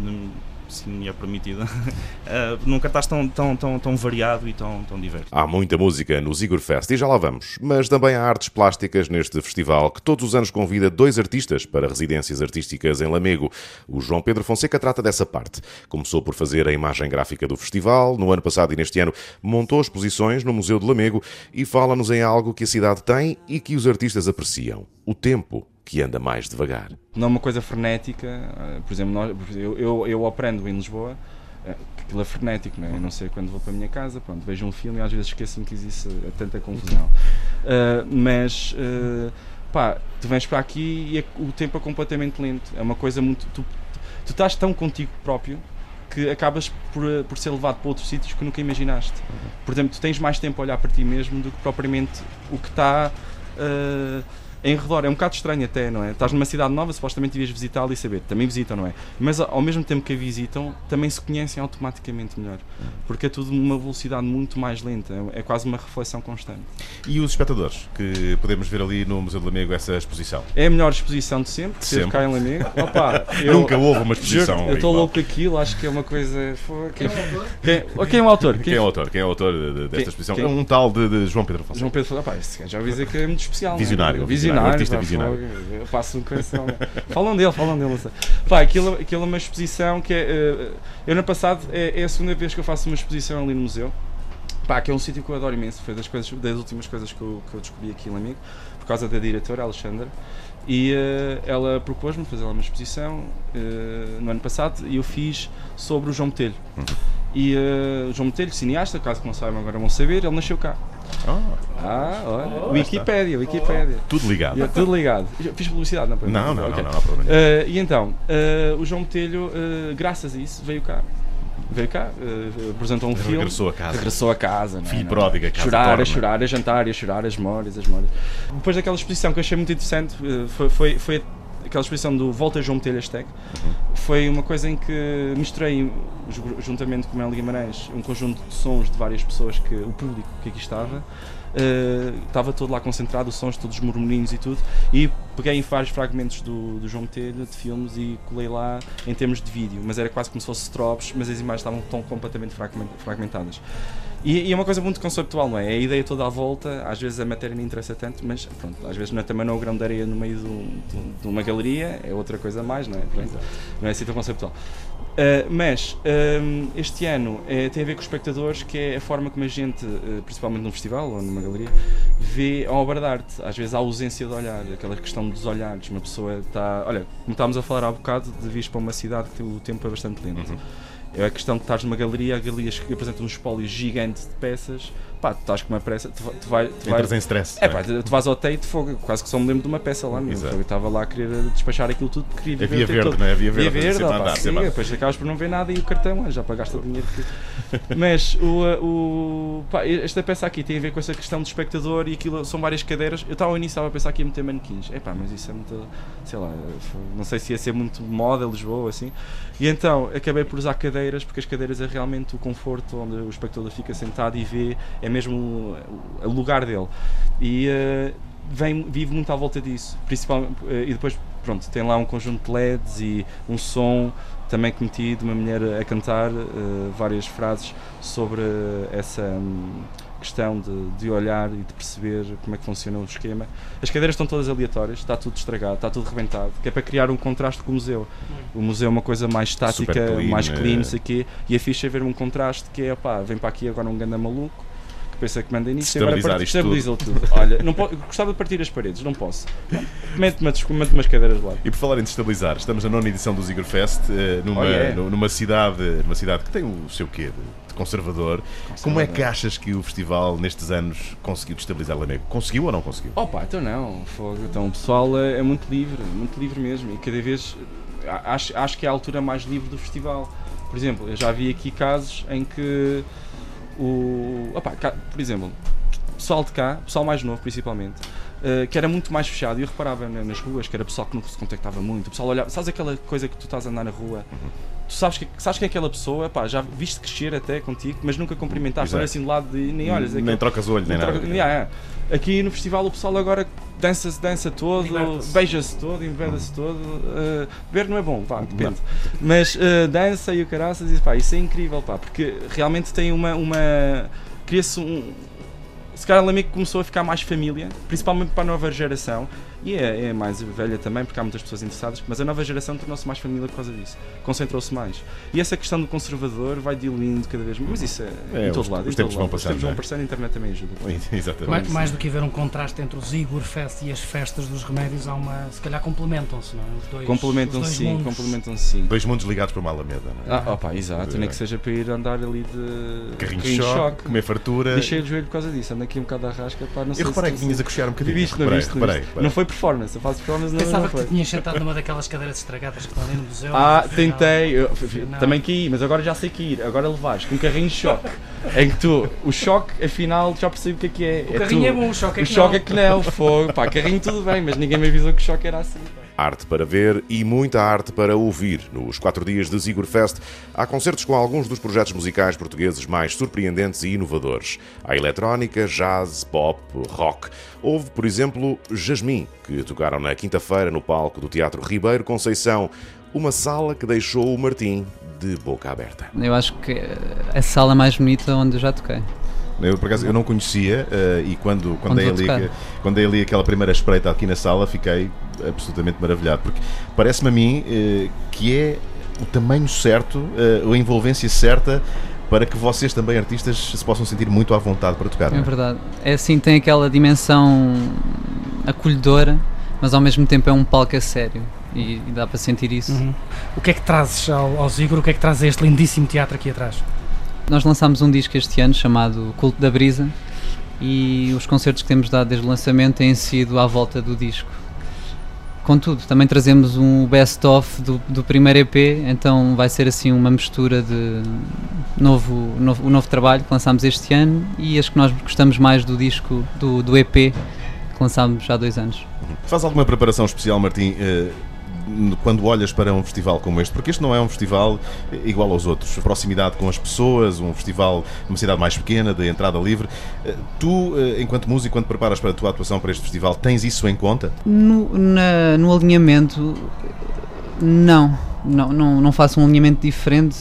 se me é permitida, uh, num cartaz tão, tão, tão, tão variado e tão, tão diverso. Há muita música no Zigurfest e já lá vamos, mas também há artes plásticas neste festival que todos os anos convida dois artistas para residências artísticas em Lamego. O João Pedro Fonseca trata dessa parte. Começou por fazer a imagem gráfica do festival, no ano passado e neste ano montou exposições no Museu de Lamego e fala-nos em algo que a cidade tem e que os artistas apreciam: o tempo que anda mais devagar. Não é uma coisa frenética, por exemplo, nós, eu, eu, eu aprendo em Lisboa, que aquilo é frenético, não é? Eu não sei quando vou para a minha casa, pronto, vejo um filme e às vezes esqueço-me que existe tanta confusão. Uh, mas, uh, pá, tu vens para aqui e é, o tempo é completamente lento, é uma coisa muito... Tu, tu estás tão contigo próprio que acabas por, por ser levado para outros sítios que nunca imaginaste. Por exemplo, tu tens mais tempo a olhar para ti mesmo do que propriamente o que está... Uh, em redor. É um bocado estranho até, não é? Estás numa cidade nova, supostamente devias visitá-la e saber. Também visitam, não é? Mas ao mesmo tempo que a visitam, também se conhecem automaticamente melhor. Porque é tudo numa velocidade muito mais lenta. É quase uma reflexão constante. E os espectadores, que podemos ver ali no Museu de Lamego essa exposição? É a melhor exposição de sempre, de sempre. Cá em Lamego. Opa, eu, Nunca houve uma exposição juro, eu estou louco aquilo, acho que é uma coisa... Quem, quem, quem é o autor? Quem, quem é o autor? Quem é o autor desta quem, exposição? Quem? Um tal de, de João Pedro Fonseca. João Pedro Fonseca. Opa, esse já ouvi dizer que é muito especial. Visionário. Não é? Visionário. Um artista visionário. Eu passo no coração. falam dele, falam dele. Pá, aquilo, aquilo é uma exposição que é. Uh, eu, no passado, é, é a segunda vez que eu faço uma exposição ali no museu. Pá, que é um sítio que eu adoro imenso. Foi das, coisas, das últimas coisas que eu, que eu descobri aqui em Lamego, por causa da diretora, Alexandra. E uh, ela propôs-me fazer lá uma exposição uh, no ano passado e eu fiz sobre o João Botelho. Hum. E uh, o João Botelho, cineasta, caso que não saibam agora vão saber, ele nasceu cá. Oh. Ah, olha, oh, Wikipédia, Wikipédia. Tudo ligado. Yeah, tudo ligado. Fiz publicidade, não? Não, não, okay. não, não, não há problema. Uh, e então, uh, o João Botelho, uh, graças a isso, veio cá. Veio cá, uh, apresentou um filme. Regressou a casa. Regressou a casa. Não, Filho não, pródigo, a casa chorar, torna. a chorar, a jantar, a chorar, as memórias, as memórias. Depois daquela exposição que eu achei muito interessante, uh, foi, foi, foi aquela exposição do Volta João Botelho Hashtag. Uhum. Foi uma coisa em que misturei, juntamente com o Mel Guimarães, um conjunto de sons de várias pessoas, que o público que aqui estava. Uh, estava todo lá concentrado, os sons, todos os murmurinhos e tudo, e peguei em vários fragmentos do, do João Botelho, de filmes, e colei lá em termos de vídeo, mas era quase como se fosse drops, mas as imagens estavam tão completamente fragmentadas. E, e é uma coisa muito conceptual, não é? A ideia toda à volta, às vezes a matéria não interessa tanto, mas pronto, às vezes não é, também não é o grão de areia no meio de, um, de uma galeria, é outra coisa a mais, não é? Pronto, não é assim tão conceptual. Uh, mas uh, este ano uh, tem a ver com os espectadores, que é a forma como a gente, uh, principalmente num festival ou numa galeria, vê a obra de arte. Às vezes a ausência de olhar, aquela questão dos olhares. Uma pessoa está, olha, como estávamos a falar há bocado, de vir para uma cidade que o tempo é bastante lento. Uhum. É a questão de estares numa galeria, galerias que apresentam um espólio gigante de peças, pá, tu estás com uma pressa, tu, tu vai, tu Entras vai, em stress. É, pá, tu vais ao T E I de fogo, quase que só me lembro de uma peça lá, meu, eu estava lá a querer despachar aquilo tudo, queria viver. Havia verde, todo. Não é? Havia verde, verde, sempre ó, andar, pá, sim, depois acabas por não ver nada e o cartão, já pagaste o dinheiro. Que... Mas o, o, pá, esta peça aqui tem a ver com essa questão do espectador e aquilo, são várias cadeiras. Eu estava ao início estava a pensar que ia meter manequins, é pá, mas isso é muito, sei lá, não sei se ia ser muito moda Lisboa, assim, e então acabei por usar cadeiras cadeiras, porque as cadeiras é realmente o conforto onde o espectador fica sentado e vê, é mesmo o lugar dele. E uh, vem, vive muito à volta disso, principalmente, uh, e depois, pronto, tem lá um conjunto de L E Ds e um som também que meti de uma mulher a cantar uh, várias frases sobre essa um, questão de, de olhar e de perceber como é que funciona o esquema. As cadeiras estão todas aleatórias, está tudo estragado, está tudo rebentado, que é para criar um contraste com o museu. O museu é uma coisa mais estática, clean, mais clean, não sei o quê, e a ficha é ver um contraste que é, opá, vem para aqui agora um ganda maluco, pensa que manda nisso e agora estabiliza tudo. tudo. Olha, não po- gostava de partir as paredes, não posso. Mete-me mete umas cadeiras de lado. E por falar em destabilizar, estamos na nona edição do Zigurfest, numa, oh, yeah. numa, cidade, numa cidade que tem o seu quê de conservador. conservador. Como é que achas que o festival nestes anos conseguiu destabilizar Lamego? Conseguiu ou não conseguiu? Opa, então não. Fogo. Então o pessoal é, é muito livre, muito livre mesmo. E cada vez acho, acho que é a altura mais livre do festival. Por exemplo, eu já vi aqui casos em que O, opa, cá, por exemplo, pessoal de cá, pessoal mais novo principalmente, uh, que era muito mais fechado, e eu reparava nas ruas que era pessoal que não se contactava muito, o pessoal olhava, sabes aquela coisa que tu estás a andar na rua, uhum. tu sabes que, sabes que é aquela pessoa, pá, já viste crescer até contigo, mas nunca cumprimentaste, olha assim de lado e nem olhas. Nem trocas o olho, nem, nem nada. Troca, yeah, é. Aqui no festival o pessoal agora dança-se dança todo, beija-se todo, embeda-se todo. Uh, beber não é bom, pá, depende. Mas uh, dança e o caraças, e pá, isso é incrível, pá, porque realmente tem uma. uma cria-se um. Se calhar a Lamego começou a ficar mais família, principalmente para a nova geração, e é, é mais velha também, porque há muitas pessoas interessadas, mas a nova geração tornou-se mais família por causa disso, concentrou-se mais. E essa questão do conservador vai diluindo cada vez mais, mas isso é, é em todo lado. Os tempos vão passando, os tempos vão passando, a internet também ajuda. Exatamente. Mais, mais do que haver um contraste entre o Zigurfest e as festas dos remédios, há uma, se calhar complementam-se, não é? Os dois, complementam-se os dois sim, mundos. complementam-se sim. Dois mundos ligados por uma alameda, não é? Ah, opa, exato, é. Nem que seja para ir andar ali de carrinho de choque, choque, comer fartura. Deixei o joelho por causa disso, ando aqui um bocado à rasca, pá, não sei. Eu reparei que vinhas a coxear um bocadinho. Viste, não reparei, viste, reparei, não, reparei. não foi performance, eu faço performance, Pensava não, não que foi. te tinhas sentado numa daquelas cadeiras estragadas que estão ali no museu. Ah, tentei, eu, também caí, mas agora já sei que ir. Agora levares com um carrinho de choque, em que tu, o choque, afinal, já percebi o que é que é. O é carrinho tu. é bom, o choque é o que choque não. é que não, o fogo, pá, carrinho tudo bem, mas ninguém me avisou que o choque era assim. Arte para ver e muita arte para ouvir. Nos quatro dias de Zigurfest há concertos com alguns dos projetos musicais portugueses mais surpreendentes e inovadores. Há eletrónica, jazz, pop, rock. Houve, por exemplo, Jasmine, que tocaram na quinta-feira no palco do Teatro Ribeiro Conceição, uma sala que deixou o Martim de boca aberta. Eu acho que é a sala mais bonita onde eu já toquei. Eu, por acaso, eu não conhecia uh, e quando, quando, dei ali, quando dei ali aquela primeira espreita aqui na sala fiquei absolutamente maravilhado, porque parece-me a mim uh, que é o tamanho certo, uh, a envolvência certa para que vocês também, artistas, se possam sentir muito à vontade para tocar. É, não é verdade. É assim, tem aquela dimensão acolhedora, mas ao mesmo tempo é um palco a sério. E, e dá para sentir isso. Uhum. O que é que trazes ao, ao Zigur? O que é que trazes a este lindíssimo teatro aqui atrás? Nós lançámos um disco este ano chamado Culto da Brisa e os concertos que temos dado desde o lançamento têm sido à volta do disco. Contudo, também trazemos um best-of do, do primeiro E P, então vai ser assim uma mistura de novo, novo, o novo trabalho que lançámos este ano e as que nós gostamos mais do disco, do, do E P que lançámos há dois anos. Faz alguma preparação especial, Martim, quando olhas para um festival como este? Porque este não é um festival igual aos outros. Proximidade com as pessoas, um festival numa cidade mais pequena, de entrada livre. Tu, enquanto músico, quando preparas para a tua atuação para este festival, tens isso em conta? No, na, no alinhamento, não. Não, não. Não faço um alinhamento diferente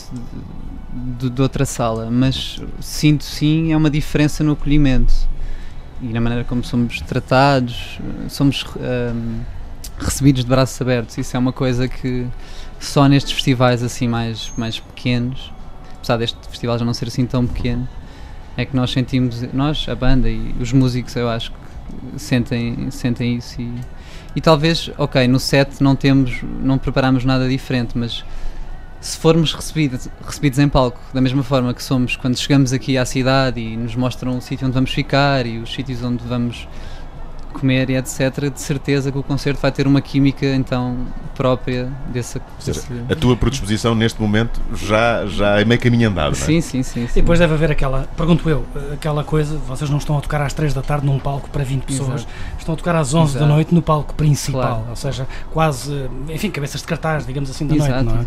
de, de outra sala, mas sinto sim, é uma diferença no acolhimento e na maneira como somos tratados, somos... Um, recebidos de braços abertos. Isso é uma coisa que só nestes festivais assim mais, mais pequenos, apesar deste festival já não ser assim tão pequeno, é que nós sentimos, nós, a banda e os músicos, eu acho que sentem, sentem isso e, e talvez, ok, no set não temos, não preparamos nada diferente, mas se formos recebidos, recebidos em palco da mesma forma que somos quando chegamos aqui à cidade e nos mostram o sítio onde vamos ficar e os sítios onde vamos comer e etcétera, de certeza que o concerto vai ter uma química então própria dessa... Seja, a tua predisposição neste momento já, já é meio caminho andado, sim, não é? Sim, sim, sim. E depois deve haver aquela, pergunto eu, aquela coisa, vocês não estão a tocar às três da tarde num palco para vinte pessoas, exato, estão a tocar às onze exato da noite no palco principal, claro, ou seja, quase, enfim, cabeças de cartaz, digamos assim, da exato, noite, não é? Exato.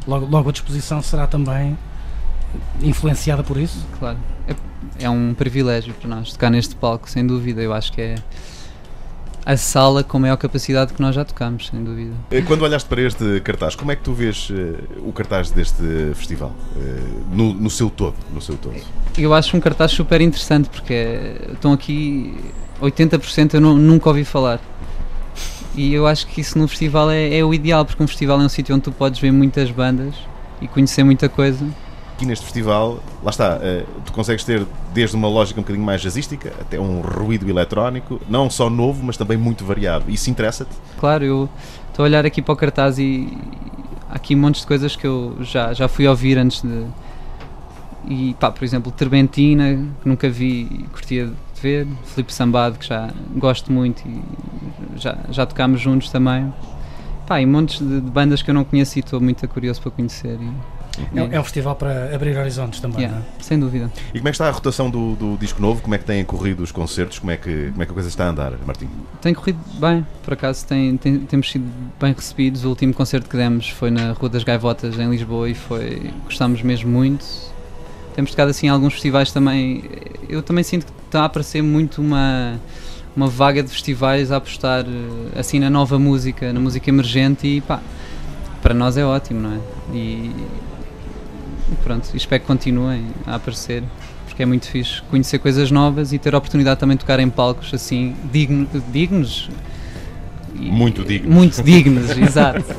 Logo, logo a disposição será também influenciada por isso? Claro, é, é um privilégio para nós tocar neste palco, sem dúvida. Eu acho que é a sala com maior capacidade que nós já tocamos, sem dúvida. Quando olhaste para este cartaz, como é que tu vês uh, o cartaz deste festival? Uh, no, no seu todo, no seu todo? Eu acho um cartaz super interessante, porque é, estão aqui oitenta por cento eu não, nunca ouvi falar. E eu acho que isso no festival é, é o ideal, porque um festival é um sítio onde tu podes ver muitas bandas e conhecer muita coisa. Aqui neste festival, lá está, uh, tu consegues ter desde uma lógica um bocadinho mais jazzística até um ruído eletrónico, não só novo, mas também muito variado. Isso interessa-te? Claro, eu estou a olhar aqui para o cartaz e há aqui montes de coisas que eu já, já fui ouvir antes de... E pá, por exemplo, Terbentina, que nunca vi e curtia de ver, Filipe Sambado, que já gosto muito e já, já tocámos juntos também. Pá, e montes de, de bandas que eu não conheço e estou muito curioso para conhecer. E, é, é um festival para abrir horizontes também, yeah, não é? Sem dúvida. E como é que está a rotação do, do disco novo? Como é que têm corrido os concertos? Como é que, como é que a coisa está a andar, Martim? Tem corrido bem, por acaso tem, tem, temos sido bem recebidos. O último concerto que demos foi na Rua das Gaivotas, em Lisboa, e foi, gostámos mesmo muito. Temos tocado assim em alguns festivais também. Eu também sinto que está a aparecer muito uma, uma vaga de festivais a apostar assim na nova música, na música emergente, e pá, para nós é ótimo, não é? E pronto, espero que continuem a aparecer, porque é muito fixe conhecer coisas novas e ter a oportunidade também de tocar em palcos assim digno, dignos. Muito dignos. Muito dignos, exato.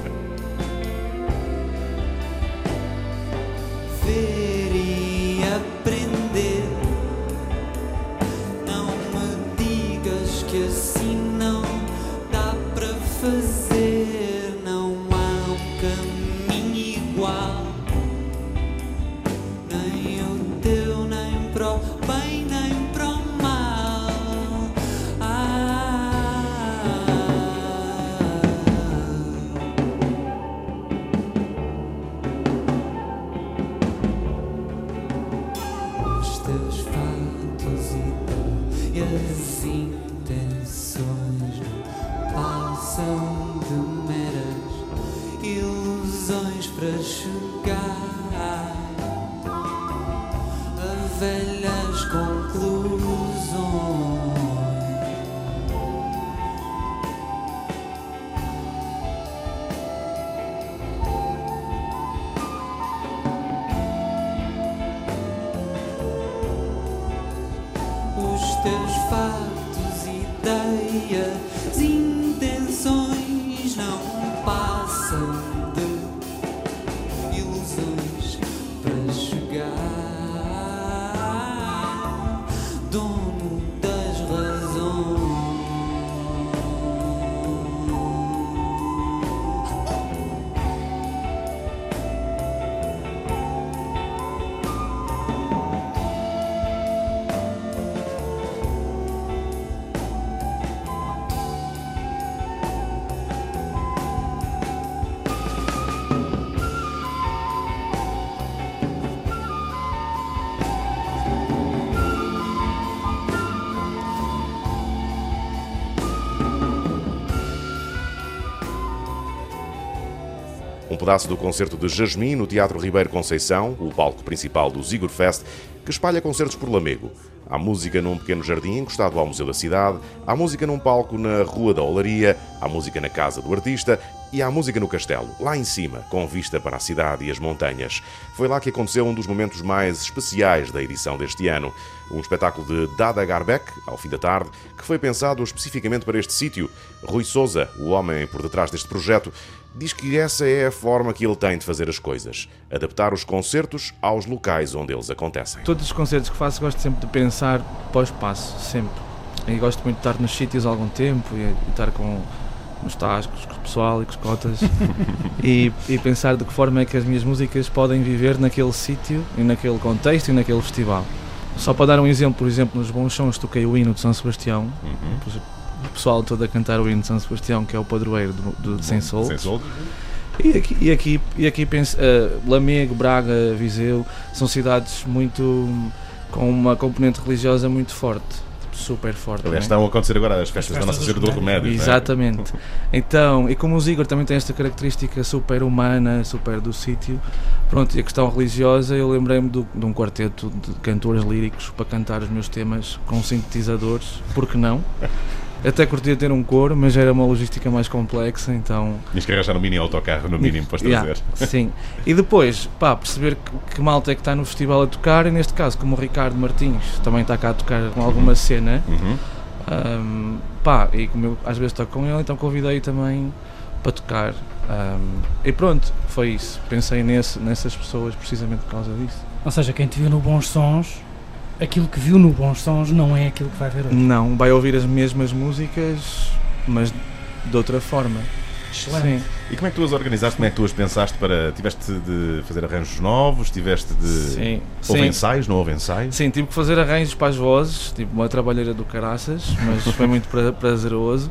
Um pedaço do concerto de Jasmine no Teatro Ribeiro Conceição, o palco principal do Zigurfest, que espalha concertos por Lamego. Há música num pequeno jardim encostado ao Museu da Cidade, há música num palco na Rua da Olaria, há música na Casa do Artista e há música no Castelo, lá em cima, com vista para a cidade e as montanhas. Foi lá que aconteceu um dos momentos mais especiais da edição deste ano. Um espetáculo de Dada Garbeck, ao fim da tarde, que foi pensado especificamente para este sítio. Rui Sousa, o homem por detrás deste projeto, diz que essa é a forma que ele tem de fazer as coisas, adaptar os concertos aos locais onde eles acontecem. Todos os concertos que faço gosto sempre de pensar para o espaço, sempre. E gosto muito de estar nos sítios há algum tempo e, e estar com os tascos, com o pessoal e com os cotas e, e pensar de que forma é que as minhas músicas podem viver naquele sítio e naquele contexto e naquele festival. Só para dar um exemplo, por exemplo, nos Bons Sons toquei o hino de São Sebastião, uhum. O pessoal todo a cantar o hino de São Sebastião, que é o padroeiro do, do, de Sem-Sol. E aqui, e aqui, e aqui penso, uh, Lamego, Braga, Viseu, são cidades muito com uma componente religiosa muito forte. super forte. Aliás, né? estão a acontecer agora as festas, as festas da Nossa Senhora do Remédio. Exatamente. É? Então, e como o Zigor também tem esta característica super humana, super do sítio, pronto, e a questão religiosa, eu lembrei-me do, de um quarteto de cantores líricos para cantar os meus temas com sintetizadores, porque não? Até curtia ter um coro, mas era uma logística mais complexa, então... Tinhas que arranjar um mini autocarro, no mínimo, para trazer. Yeah, sim. E depois, pá, perceber que, que malta é que está no festival a tocar, e neste caso, como o Ricardo Martins também está cá a tocar com alguma cena, uhum. um, pá, e como eu às vezes toco com ele, então convidei também para tocar. Um, e pronto, foi isso. Pensei nesse, nessas pessoas precisamente por causa disso. Ou seja, quem te viu no Bons Sons... Aquilo que viu no Bons Sons não é aquilo que vai ver hoje. Não, vai ouvir as mesmas músicas, mas de outra forma. Excelente. Sim. E como é que tu as organizaste? Como é que tu as pensaste para... Tiveste de fazer arranjos novos? Tiveste de... Sim. Houve Sim. ensaios? Não houve ensaios? Sim, tive que fazer arranjos para as vozes, tipo uma trabalheira do caraças, mas foi muito pra, prazeroso.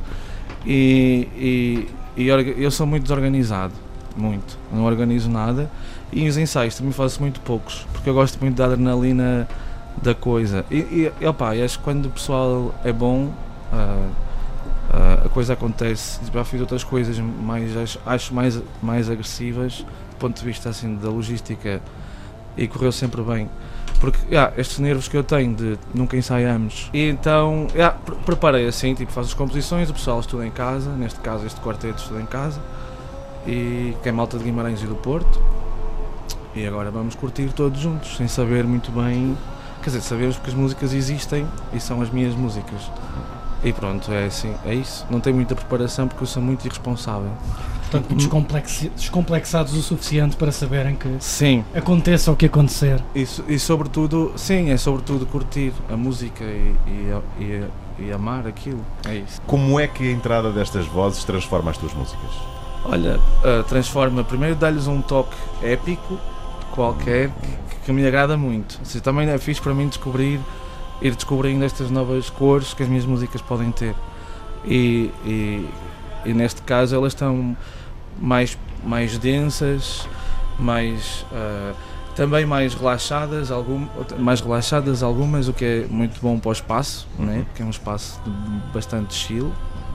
E, e, e eu sou muito desorganizado, muito. Não organizo nada. E os ensaios também faço muito poucos, porque eu gosto muito da adrenalina da coisa. E, e opa, acho que quando o pessoal é bom, uh, uh, a coisa acontece. Já fiz outras coisas mais, acho, acho mais, mais agressivas do ponto de vista assim da logística, e correu sempre bem. Porque yeah, estes nervos que eu tenho de nunca ensaiamos, e então yeah, pre preparei assim, tipo, faço as composições, o pessoal estuda em casa, neste caso este quarteto estuda em casa, e que é malta de Guimarães e do Porto, e agora vamos curtir todos juntos, sem saber muito bem. Quer dizer, sabemos que as músicas existem e são as minhas músicas. E pronto, é assim, é isso. Não tenho muita preparação porque eu sou muito irresponsável. Portanto, descomplex... descomplexados o suficiente para saberem que sim, aconteça o que acontecer. E, e sobretudo, sim, é sobretudo curtir a música e, e, e, e amar aquilo. É isso. Como é que a entrada destas vozes transforma as tuas músicas? Olha, uh, transforma, primeiro dá-lhes um toque épico, qualquer, que, que me agrada muito. Ou seja, também é fixe para mim descobrir, ir descobrindo estas novas cores que as minhas músicas podem ter. E, e, e neste caso elas estão mais, mais densas, mais, uh, também mais relaxadas, algum, mais relaxadas algumas, o que é muito bom para o espaço, uhum. Não é? Porque é um espaço de bastante chill.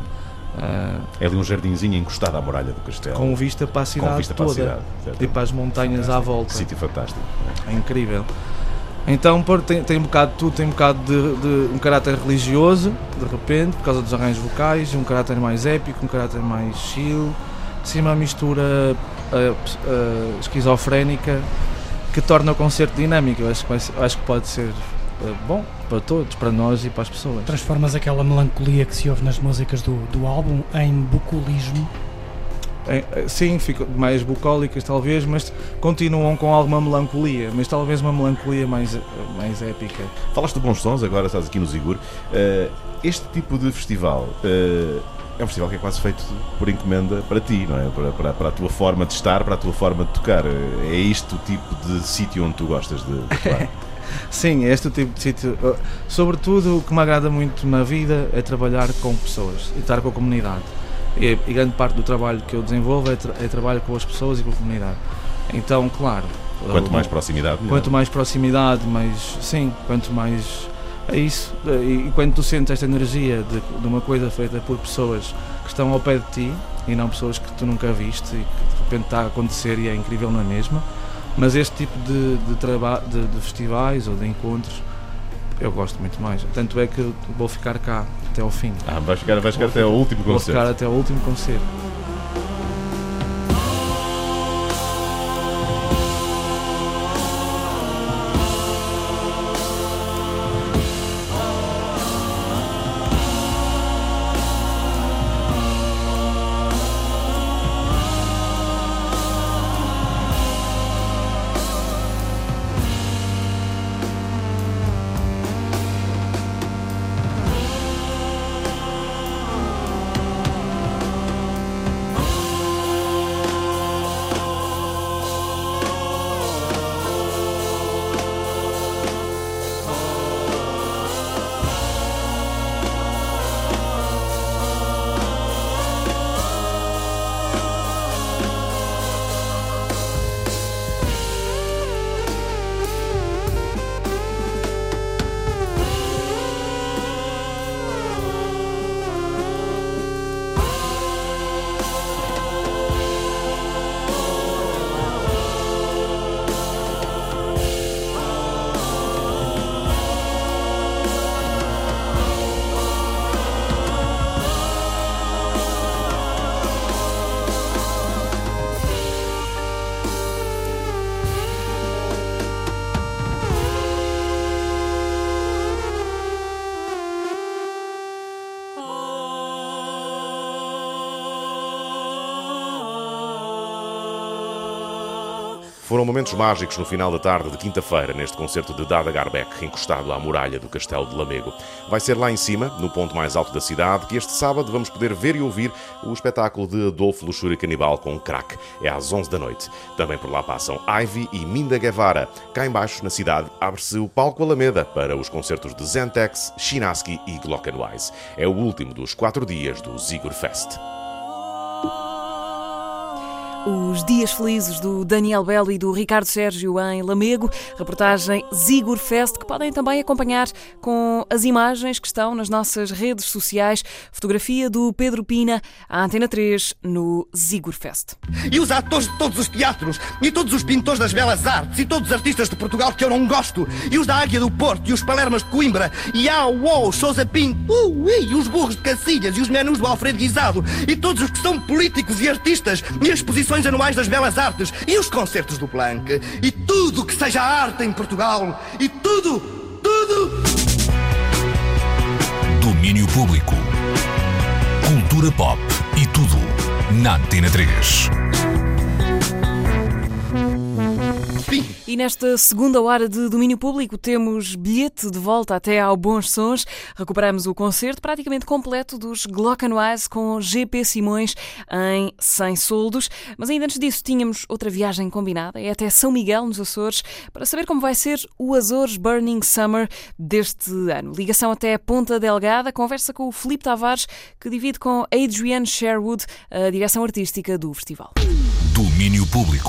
Uh, é ali um jardinzinho encostado à muralha do castelo, com vista para a cidade vista toda, para a cidade, e para as montanhas fantástico. À volta. Sítio fantástico. É incrível. Então tem, tem um bocado de tudo, tem um bocado de, de um caráter religioso, de repente, por causa dos arranjos vocais, um caráter mais épico, um caráter mais chill, de cima a mistura uh, uh, esquizofrénica que torna o concerto dinâmico. Eu acho que, vai ser, acho que pode ser uh, bom para todos, para nós e para as pessoas. Transformas aquela melancolia que se ouve nas músicas do, do álbum em bucolismo? É, sim, ficam mais bucólicas talvez, mas continuam com alguma melancolia, mas talvez uma melancolia mais, mais épica. Falaste de Bons Sons, agora estás aqui no Zigor. Uh, este tipo de festival uh, é um festival que é quase feito por encomenda para ti, não é? Para, para, para a tua forma de estar, para a tua forma de tocar. É isto o tipo de sítio onde tu gostas de, de atuar? Sim, é este o tipo de sítio. Sobretudo o que me agrada muito na vida é trabalhar com pessoas e estar com a comunidade. E, e grande parte do trabalho que eu desenvolvo é, tra é trabalho com as pessoas e com a comunidade. Então, claro... Quanto mais proximidade... Quanto mais proximidade, mais... Sim, quanto mais... É isso. E, e quando tu sentes esta energia de, de uma coisa feita por pessoas que estão ao pé de ti e não pessoas que tu nunca viste e que de repente está a acontecer e é incrível na mesma, mas este tipo de, de, de, de festivais ou de encontros eu gosto muito mais. Tanto é que vou ficar cá até ao fim. Ah, vais ficar, vais ficar até ao último concerto. Vou ficar até ao último concerto. Foram momentos mágicos no final da tarde de quinta-feira, neste concerto de Dada Garbeck, encostado à muralha do Castelo de Lamego. Vai ser lá em cima, no ponto mais alto da cidade, que este sábado vamos poder ver e ouvir o espetáculo de Adolfo Luxúria Canibal com Crack. É às onze da noite. Também por lá passam Ivy e Minda Guevara. Cá embaixo, na cidade, abre-se o Palco Alameda para os concertos de Zentex, Chinaski e Glockenwise. É o último dos quatro dias do Zigurfest. Os dias felizes do Daniel Belo e do Ricardo Sérgio em Lamego, reportagem Zigurfest, que podem também acompanhar com as imagens que estão nas nossas redes sociais, fotografia do Pedro Pina, à Antena três, no Zigurfest. E os atores de todos os teatros, e todos os pintores das belas artes, e todos os artistas de Portugal que eu não gosto, e os da Águia do Porto, e os Palermas de Coimbra, e a Uou, Sousa Pinto, uh, e os burros de Cacilhas, e os menus do Alfredo Guisado, e todos os que são políticos e artistas, e as exposições anuais das belas artes, e os concertos do Planck, e tudo que seja arte em Portugal, e tudo, tudo. Domínio Público. Cultura pop e tudo na Antena três. E nesta segunda hora de domínio público temos bilhete de volta até ao Bons Sons. Recuperamos o concerto praticamente completo dos Glockenwise com G P Simões em cem soldos. Mas ainda antes disso tínhamos outra viagem combinada, é até São Miguel, nos Açores, para saber como vai ser o Azores Burning Summer deste ano. Ligação até Ponta Delgada, conversa com o Filipe Tavares, que divide com Adrienne Sherwood a direção artística do festival. Domínio Público.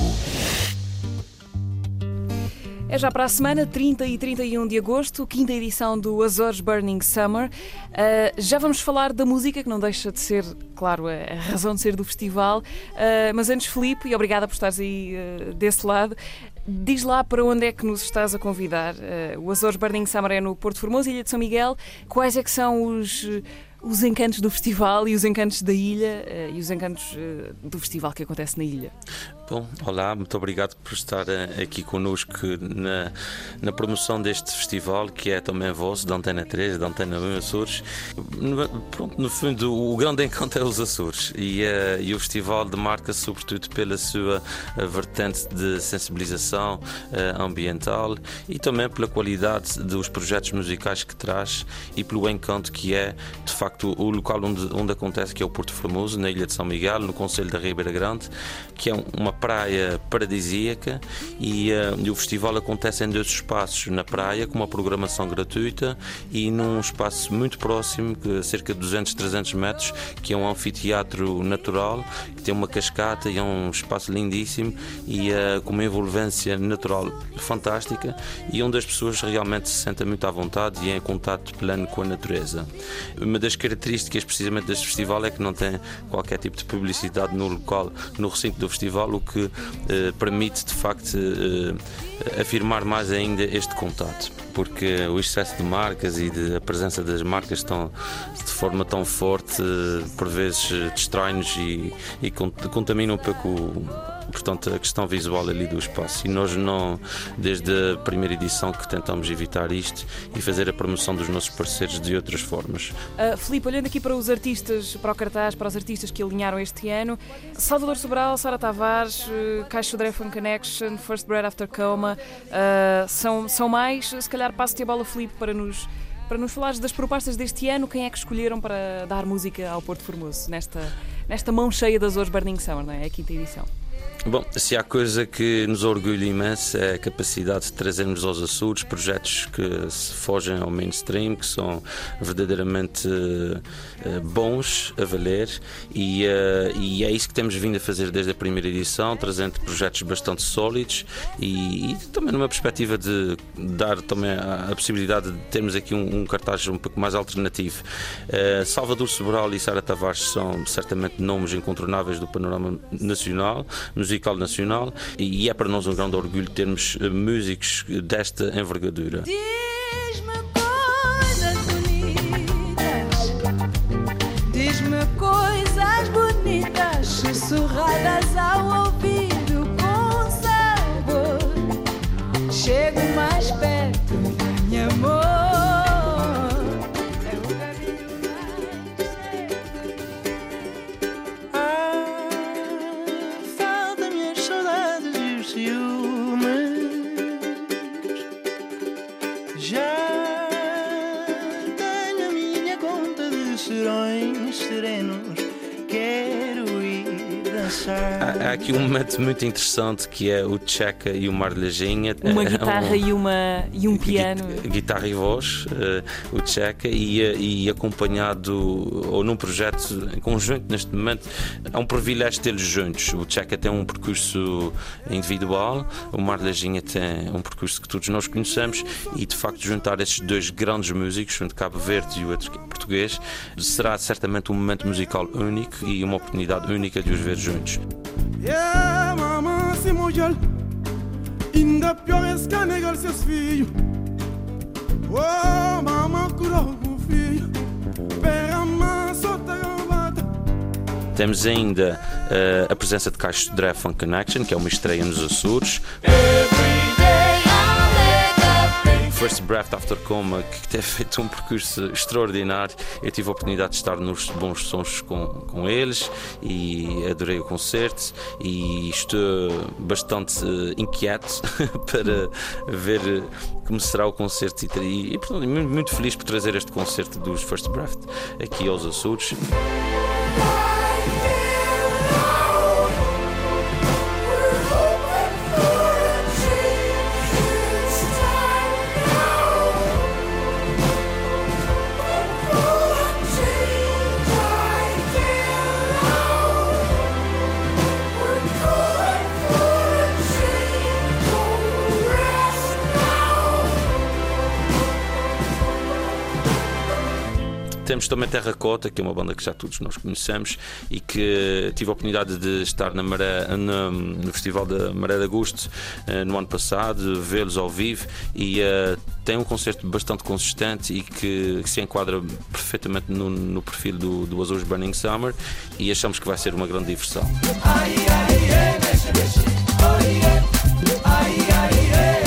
É já para a semana, trinta e trinta e um de agosto, quinta edição do Azores Burning Summer. Uh, já vamos falar da música, que não deixa de ser, claro, a razão de ser do festival. Uh, mas antes, Filipe, e obrigada por estares aí uh, desse lado, diz lá para onde é que nos estás a convidar. Uh, o Azores Burning Summer é no Porto Formoso, Ilha de São Miguel. Quais é que são os... os encantos do festival e os encantos da ilha uh, e os encantos uh, do festival que acontece na ilha? Bom, olá, muito obrigado por estar uh, aqui connosco na, na promoção deste festival, que é também vosso, da Antena três, da Antena um Açores. No, pronto, no fundo, o grande encanto é os Açores e, uh, e o festival demarca-se sobretudo pela sua uh, vertente de sensibilização uh, ambiental e também pela qualidade dos projetos musicais que traz e pelo encanto que é, de facto, o local onde, onde acontece, que é o Porto Formoso, na Ilha de São Miguel, no concelho da Ribeira Grande, que é uma praia paradisíaca e, uh, e o festival acontece em dois espaços, na praia, com uma programação gratuita, e num espaço muito próximo, que, cerca de duzentos, trezentos metros, que é um anfiteatro natural, que tem uma cascata e é um espaço lindíssimo e uh, com uma envolvência natural fantástica, e onde as pessoas realmente se sentem muito à vontade e em contato pleno com a natureza. Uma das características precisamente deste festival é que não tem qualquer tipo de publicidade no local, no recinto do festival, o que eh, permite de facto eh, afirmar mais ainda este contato, porque o excesso de marcas e de, a presença das marcas estão de forma tão forte, por vezes distrai-nos e, e contamina um pouco o, portanto, a questão visual ali do espaço, e nós não, desde a primeira edição, que tentamos evitar isto e fazer a promoção dos nossos parceiros de outras formas. Uh, Filipe, olhando aqui para os artistas, para o cartaz, para os artistas que alinharam este ano, Salvador Sobral, Sara Tavares, uh, Caixo Dré Fun Connection, First Bread After Coma, uh, são, são mais, se calhar passo-te a bola, Filipe, para nos... Para nos falares das propostas deste ano, quem é que escolheram para dar música ao Porto Formoso, nesta, nesta mão cheia das Azores Burning Summer, não é? É a quinta edição. Bom, se há coisa que nos orgulha imenso é a capacidade de trazermos aos Açores projetos que se fogem ao mainstream, que são verdadeiramente uh, bons a valer, e, uh, e é isso que temos vindo a fazer desde a primeira edição, trazendo projetos bastante sólidos e, e também numa perspectiva de dar também a, a possibilidade de termos aqui um, um cartaz um pouco mais alternativo. Uh, Salvador Sobral e Sara Tavares são certamente nomes incontornáveis do panorama nacional, musical nacional, e é para nós um grande orgulho termos músicos desta envergadura. Diz-me coisas bonitas, diz-me coisas bonitas, sussurradas ao ouvido com sabor. Chego mais perto, meu amor. You de serões serenos, quero ir dançar. Há, há aqui um momento muito interessante que é o Tcheca e o Marlejinha. Uma guitarra um, e, uma, e um piano. Guitarra e voz, uh, o Tcheca, e, e acompanhado, ou num projeto em conjunto neste momento. É um privilégio tê-los juntos. O Tcheca tem um percurso individual, o Marlejinha tem um percurso que todos nós conhecemos, e de facto juntar esses dois grandes músicos, um de Cabo Verde e o outro português, será certamente um momento musical único e uma oportunidade única de os ver juntos. Yeah, mamãe, se mulher, ainda pior esse canegal seus filhos. Oh, mamãe, curou o filho, pega a mão, solta a gravata. Temos ainda uh, a presença de Caixo Dré Funk Connection, que é uma estreia nos Açores. First Breath After Coma, que tem feito um percurso extraordinário. Eu tive a oportunidade de estar nos bons sons com, com eles e adorei o concerto, e estou bastante uh, inquieto para ver como será o concerto, e, e portanto, muito, muito feliz por trazer este concerto dos First Breath aqui aos Açores. Temos também Terracota, que é uma banda que já todos nós conhecemos e que tive a oportunidade de estar na Maré, no, no Festival da Maré de Agosto no ano passado, vê-los ao vivo, e uh, tem um concerto bastante consistente e que, que se enquadra perfeitamente no, no perfil do, do Azores Burning Summer, e achamos que vai ser uma grande diversão. Ai, ai, ai, mexe, mexe. Oh, yeah. Ai, ai, ai.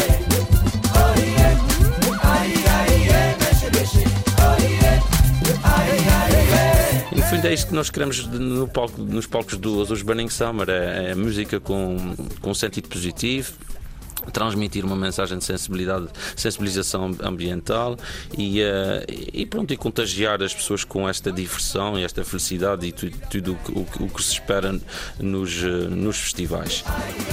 No fundo é isto que nós queremos no palco, nos palcos do Azores Burning Summer, é, é música com, com um sentido positivo, transmitir uma mensagem de sensibilidade, sensibilização ambiental e, uh, e pronto, e contagiar as pessoas com esta diversão e esta felicidade e tudo, tudo o, o, o que se espera nos, nos festivais.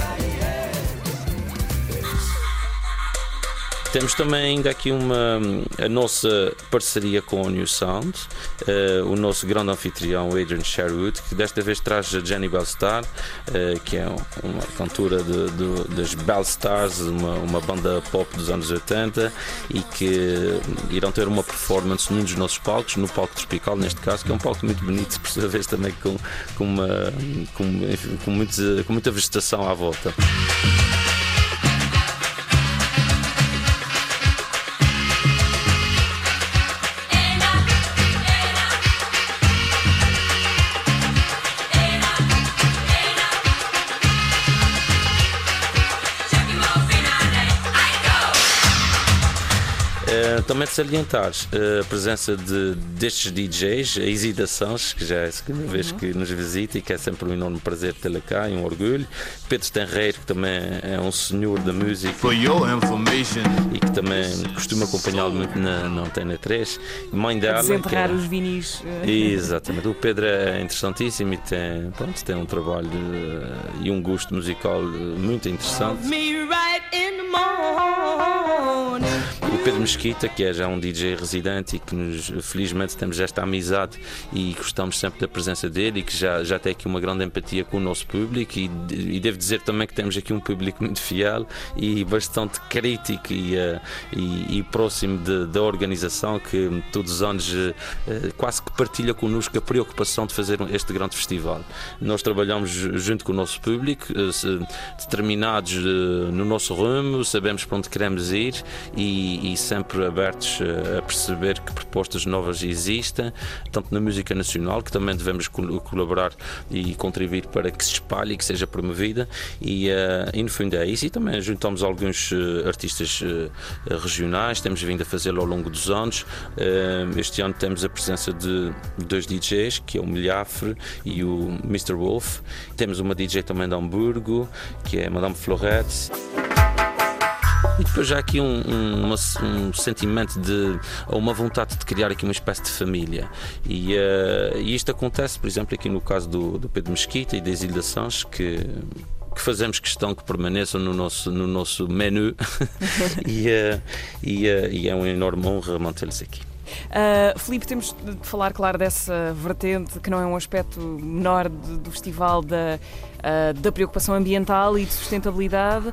Temos também ainda aqui uma, a nossa parceria com o New Sound, uh, o nosso grande anfitrião, Adrian Sherwood, que desta vez traz a Jenny Bellstar, uh, que é uma cantora de, de, das Bellstars, uma, uma banda pop dos anos oitenta, e que irão ter uma performance num dos nossos palcos, no palco tropical neste caso, que é um palco muito bonito, por sua vez também com, com, uma, com, enfim, com, muito, com muita vegetação à volta. Uh, também de salientar uh, a presença de, destes D Js, a Isida Sanches, que já é a segunda uhum. vez que nos visita e que é sempre um enorme prazer tê-la cá e um orgulho. Pedro Tenreiro, que também é um senhor da música e que também costuma acompanhá-lo muito na, na Antena três. Mãe dela. Desenterrar é... os vinis. Exatamente. O Pedro é interessantíssimo e tem, pronto, tem um trabalho uh, e um gosto musical muito interessante. O Pedro Mesquita, que é já um D J residente e que nos, felizmente temos esta amizade e gostamos sempre da presença dele, e que já, já tem aqui uma grande empatia com o nosso público, e, e devo dizer também que temos aqui um público muito fiel e bastante crítico e, uh, e, e próximo de, da organização, que todos os anos uh, quase que partilha connosco a preocupação de fazer este grande festival. Nós trabalhamos junto com o nosso público, uh, determinados uh, no nosso rumo, sabemos para onde queremos ir e, e sempre abertos a perceber que propostas novas existem, tanto na música nacional, que também devemos colaborar e contribuir para que se espalhe e que seja promovida, e, uh, e no fundo é isso. E também juntamos alguns uh, artistas uh, regionais, temos vindo a fazê-lo ao longo dos anos. Uh, este ano temos a presença de dois D Js, que é o Milhafre e o mister Wolf. Temos uma D J também de Hamburgo, que é a Madame Florette. E depois já há aqui um, um, uma, um sentimento de, ou uma vontade de criar aqui uma espécie de família. E, uh, e isto acontece, por exemplo, aqui no caso do, do Pedro Mesquita e das Ilhas Sãos, que que fazemos questão que permaneçam no nosso, no nosso menu e, uh, e, uh, e é uma enorme honra mantê-los aqui. Uh, Filipe, temos de falar, claro, dessa vertente que não é um aspecto menor de, do festival da, uh, da preocupação ambiental e de sustentabilidade. Uh,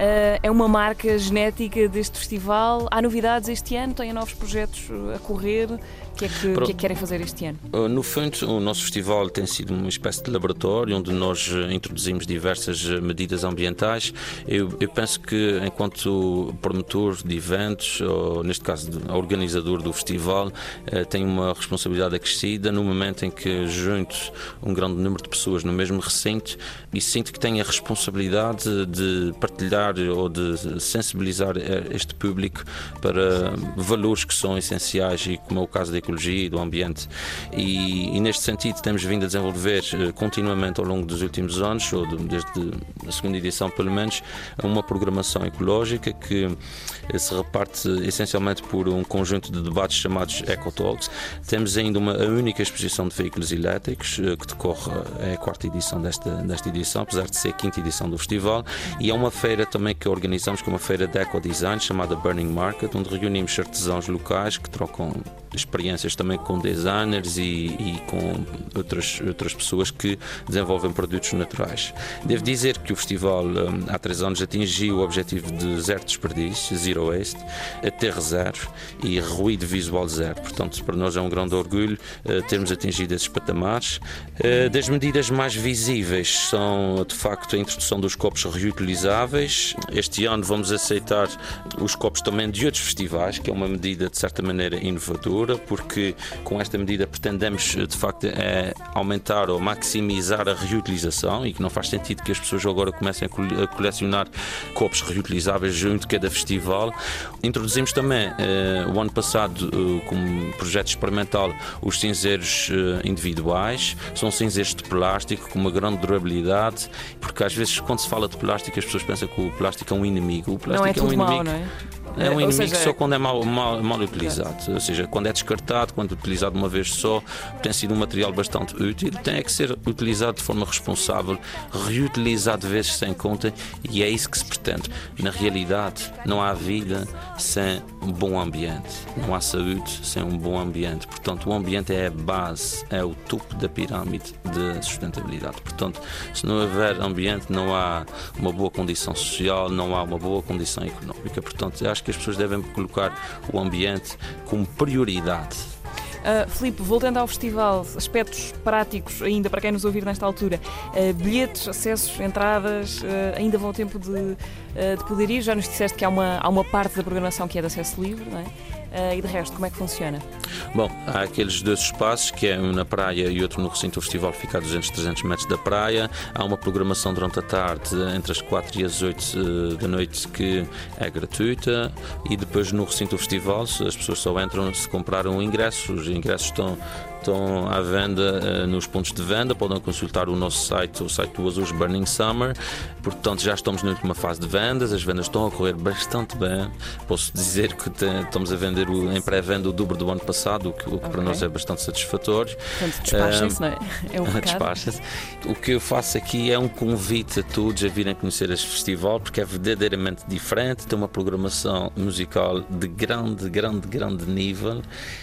é uma marca genética deste festival. Há novidades este ano? Têm novos projetos a correr? O que é que, que, é que querem fazer este ano? No fundo, o nosso festival tem sido uma espécie de laboratório onde nós introduzimos diversas medidas ambientais. Eu, eu penso que, enquanto promotor de eventos, ou neste caso, organizador do festival, eh, tenho uma responsabilidade acrescida no momento em que junto um grande número de pessoas no mesmo recinto e sinto que tenho a responsabilidade de partilhar ou de sensibilizar este público para valores que são essenciais e, como é o caso da ecologia e do ambiente. E, e neste sentido temos vindo a desenvolver uh, continuamente ao longo dos últimos anos, ou de, desde a segunda edição pelo menos, uma programação ecológica que uh, se reparte essencialmente por um conjunto de debates chamados Ecotalks. Temos ainda uma a única exposição de veículos elétricos uh, que decorre, é a quarta edição desta, desta edição, apesar de ser a quinta edição do festival, e é uma feira também que organizamos, que é uma feira de ecodesign chamada Burning Market, onde reunimos artesãos locais que trocam experiências também com designers e, e com outras, outras pessoas que desenvolvem produtos naturais. Devo dizer que o festival há três anos atingiu o objetivo de zero desperdício, zero waste, aterro zero e ruído visual zero. Portanto, para nós é um grande orgulho uh, termos atingido esses patamares. Uh, das medidas mais visíveis são, de facto, a introdução dos copos reutilizáveis. Este ano vamos aceitar os copos também de outros festivais, que é uma medida, de certa maneira, inovadora, porque com esta medida pretendemos de facto é, aumentar ou maximizar a reutilização, e que não faz sentido que as pessoas agora comecem a colecionar copos reutilizáveis junto de cada festival. Introduzimos também eh, o ano passado eh, como projeto experimental os cinzeiros eh, individuais. São cinzeiros de plástico com uma grande durabilidade, porque às vezes quando se fala de plástico as pessoas pensam que o plástico é um inimigo. O plástico não é, é tudo um inimigo. Mal, não é? É um Ou inimigo seja, só quando é mal, mal, mal utilizado. Ou seja, quando é descartado, quando é utilizado uma vez só, tem sido um material bastante útil, tem que ser utilizado de forma responsável, reutilizado vezes sem conta, e é isso que se pretende. Na realidade, não há vida sem um bom ambiente, não há saúde sem um bom ambiente. Portanto, o ambiente é a base, é o topo da pirâmide de sustentabilidade. Portanto, se não houver ambiente, não há uma boa condição social, não há uma boa condição económica. Portanto, eu acho que as pessoas devem colocar o ambiente como prioridade. Uh, Filipe, voltando ao festival, aspectos práticos ainda para quem nos ouvir nesta altura, uh, bilhetes, acessos, entradas, uh, ainda vão ao tempo de, uh, de poder ir. Já nos disseste que há uma, há uma parte da programação que é de acesso livre, não é? Uh, e de resto, como é que funciona? Bom, há aqueles dois espaços, que é um na praia e outro no recinto do festival, que fica a duzentos, trezentos metros da praia. Há uma programação durante a tarde, entre as quatro e as oito uh, da noite, que é gratuita, e depois no recinto do festival as pessoas só entram se compraram ingressos. Os ingressos estão estão à venda uh, nos pontos de venda. Podem consultar o nosso site, o site do Azores Burning Summer. Portanto, já estamos na última fase de vendas, as vendas estão a correr bastante bem. Posso dizer que te, estamos a vender o, em pré-venda o dobro do ano passado, o que, o que okay. para nós é bastante satisfatório. Portanto, despacha-se, uh, não é? É um despacha-se. O que eu faço aqui é um convite a todos a virem conhecer este festival, porque é verdadeiramente diferente, tem uma programação musical de grande, grande, grande nível,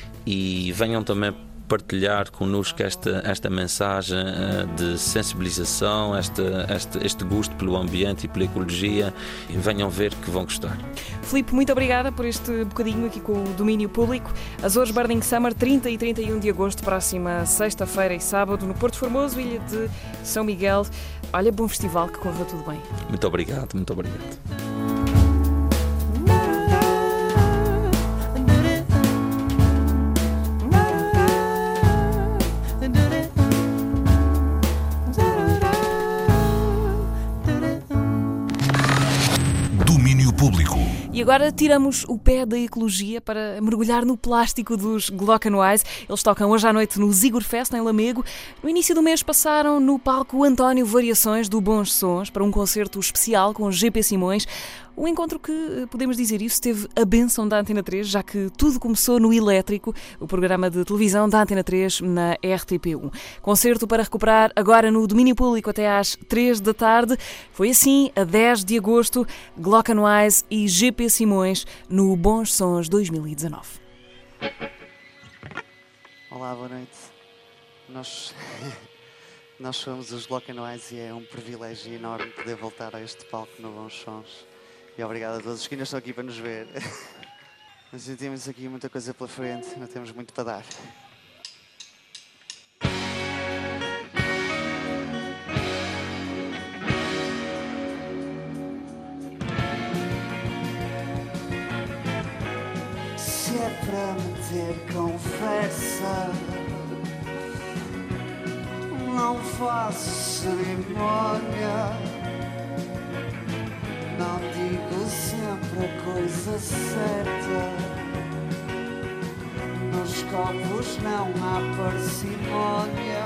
e venham também partilhar connosco esta, esta mensagem uh, de sensibilização, esta, este, este gosto pelo ambiente e pela ecologia, e venham ver que vão gostar. Filipe, muito obrigada por este bocadinho aqui com o domínio público. Azores Burning Summer, trinta e trinta e um de agosto, próxima sexta-feira e sábado, no Porto Formoso, Ilha de São Miguel. Olha, bom festival, que corra tudo bem. Muito obrigado, muito obrigado. Público. E agora tiramos o pé da ecologia para mergulhar no plástico dos Glockenwise. Eles tocam hoje à noite no Zigorfest, em Lamego. No início do mês passaram no palco António Variações do Bons Sons para um concerto especial com G P Simões. Um encontro que, podemos dizer isso, teve a bênção da Antena três, já que tudo começou no Elétrico, o programa de televisão da Antena três na R T P um. Concerto para recuperar agora no domínio público até às três da tarde. Foi assim, a dez de agosto, Glockenwise e G P Simões no Bons Sons dois mil e dezanove. Olá, boa noite. Nós, nós somos os Glockenwise e é um privilégio enorme poder voltar a este palco no Bons Sons. E obrigado a todos que ainda estão aqui para nos ver. Mas ainda temos aqui muita coisa pela frente, ainda temos muito para dar. Se é para meter conversa, não faço cerimónia. Não digo sempre a coisa certa. Nos copos não há parcimónia.